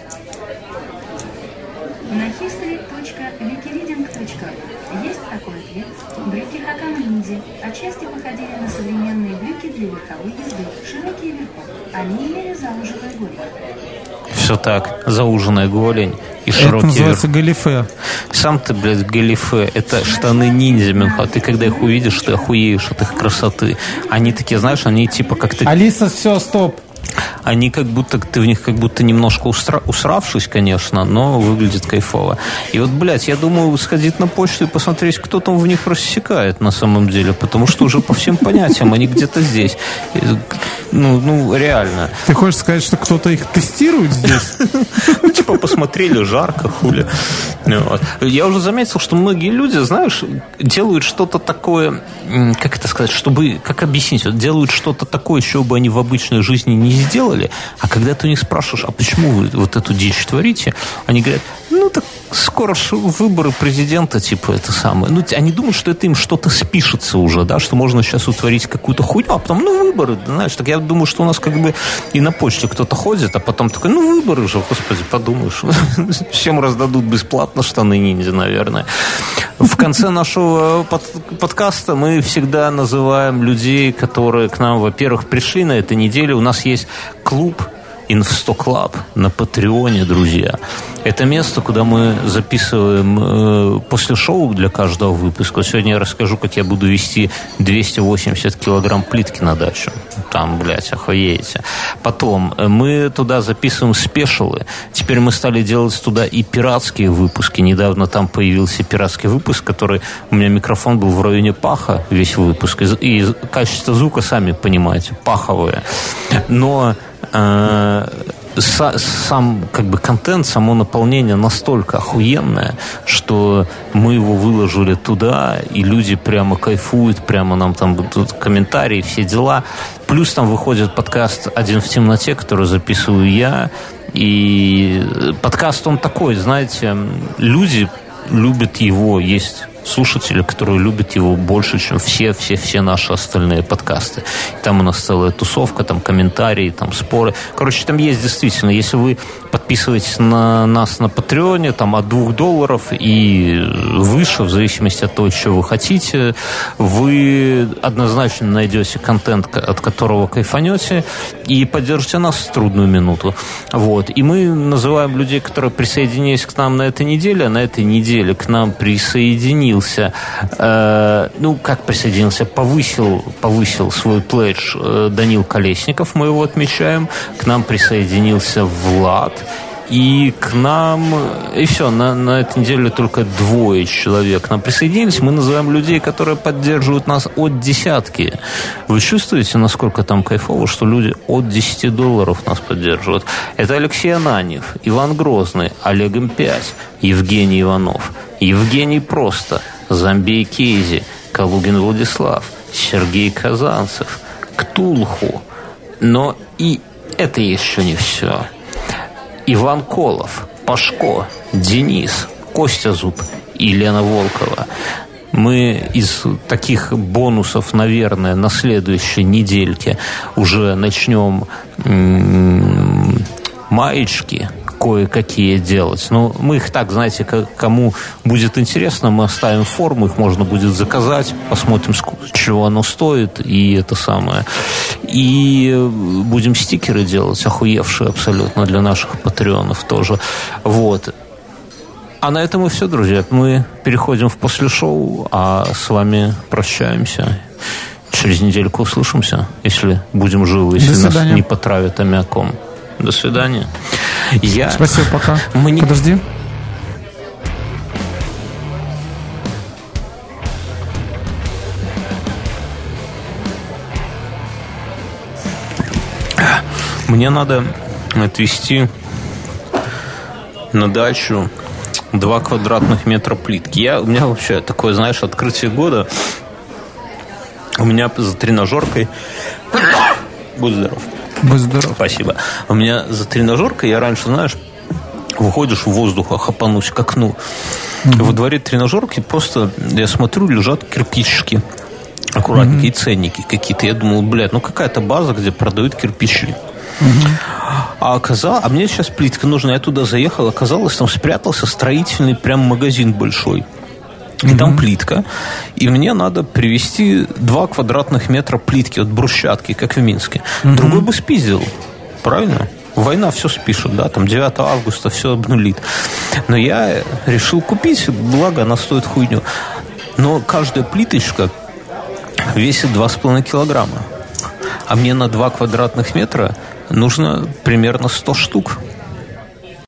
D: На history.wikireading.ru есть такой ответ. Брюки Хакана Ниндзя отчасти походили на современные брюки для верховой езды, широкие верхом. Они имели зауженную голень.
C: Все так, зауженная голень и широкий
B: Это называется
C: верх.
B: галифе.
C: Сам ты, блядь, галифе. Это штаны ниндзя, Минха. Ты когда их увидишь, ты охуеешь от их красоты. Они такие, знаешь, они типа как ты...
B: Алиса, все, стоп.
C: Они как будто, ты в них как будто немножко усравшись, конечно, но выглядит кайфово. И вот, блядь, я думаю, сходить на почту и посмотреть, кто там в них рассекает на самом деле, потому что уже по всем понятиям они где-то здесь. Ну, реально.
B: Ты хочешь сказать, что кто-то их тестирует здесь?
C: Ну, типа, посмотрели, жарко, хули. Вот. Я уже заметил, что многие люди, знаешь, делают что-то такое, как это сказать, чтобы, как объяснить, вот делают что-то такое, чего бы они в обычной жизни не сделали, а когда ты у них спрашиваешь, а почему вы вот эту дичь творите, они говорят, ну так скоро же выборы президента, типа это самое. Ну, они думают, что это им что-то спишется уже, да, что можно сейчас утворить какую-то хуйню, а потом, ну, выборы, знаешь, так я думаю, что у нас как бы и на почте кто-то ходит, а потом такой, ну, выборы же, господи, подумаешь, всем раздадут бесплатно штаны ниндзя, наверное. В конце нашего подкаста мы всегда называем людей, которые к нам, во-первых, пришли на этой неделе. У нас есть клуб Инфстоклаб на Патреоне, друзья. Это место, куда мы записываем после шоу для каждого выпуска. Сегодня я расскажу, как я буду везти 280 килограмм плитки на дачу. Там, блядь, охуеете. Потом мы туда записываем спешалы. Теперь мы стали делать туда и пиратские выпуски. Недавно там появился пиратский выпуск, который... У меня микрофон был в районе паха весь выпуск. И качество звука, сами понимаете, паховое. Но... сам как бы контент, само наполнение настолько охуенное, что мы его выложили туда, и люди прямо кайфуют, прямо нам там будут комментарии, все дела. Плюс там выходит подкаст «Один в темноте», который записываю я. И подкаст он такой, знаете, люди любят его, есть слушатели, которые любят его больше, чем все наши остальные подкасты. Там у нас целая тусовка, там комментарии, там споры. Короче, там есть действительно, если вы подписываетесь на нас на Патреоне, там от $2 и выше, в зависимости от того, что вы хотите, вы однозначно найдете контент, от которого кайфанете, и поддержите нас в трудную минуту. Вот. И мы называем людей, которые присоединились к нам на этой неделе, а на этой неделе к нам присоединился, повысил свой пледж Данил Колесников, мы его отмечаем, к нам присоединился Влад, и к нам, и все, на этой неделе только 2 человек к нам присоединились. Мы называем людей, которые поддерживают нас от десятки. Вы чувствуете, насколько там кайфово, что люди от $10 нас поддерживают? Это Алексей Ананьев, Иван Грозный, Олег М5, Евгений Иванов, Евгений Просто, Зомбей Кейзи, Калугин Владислав, Сергей Казанцев, Ктулху. Но и это еще не все. Иван Колов, Пашко, Денис, Костя Зуб и Лена Волкова. Мы из таких бонусов, наверное, на следующей недельке уже начнем маечки кое-какие делать. Но мы их так, знаете, кому будет интересно, мы оставим форму, их можно будет заказать, посмотрим, чего оно стоит, и это самое. И будем стикеры делать, охуевшие абсолютно для наших патреонов тоже. Вот. А на этом и все, друзья. Мы переходим в послешоу, а с вами прощаемся. Через недельку услышимся, если будем живы, если нас не потравят аммиаком. До свидания.
B: Спасибо, пока. Подожди.
C: Мне надо отвезти на дачу 2 квадратных метра плитки. У меня вообще такое, знаешь, открытие года. У меня за тренажеркой... Будь здоров.
B: Будь здоров.
C: Спасибо. У меня за тренажеркой, я раньше, знаешь, выходишь в воздух, хапанусь к окну. Во дворе тренажерки просто, я смотрю, лежат кирпичики. Аккуратненькие, ценники какие-то. Я думал, блядь, ну какая-то база, где продают кирпичи. А мне сейчас плитка нужна. Я туда заехал, оказалось, там спрятался строительный прям магазин большой. И там плитка. И мне надо привезти 2 квадратных метра плитки от брусчатки, как в Минске. Другой бы спиздил. Правильно? Война все спишет, да, там 9 августа все обнулит. Но я решил купить, благо она стоит хуйню. Но каждая плиточка весит 2,5 килограмма. А мне на 2 квадратных метра нужно примерно 100 штук.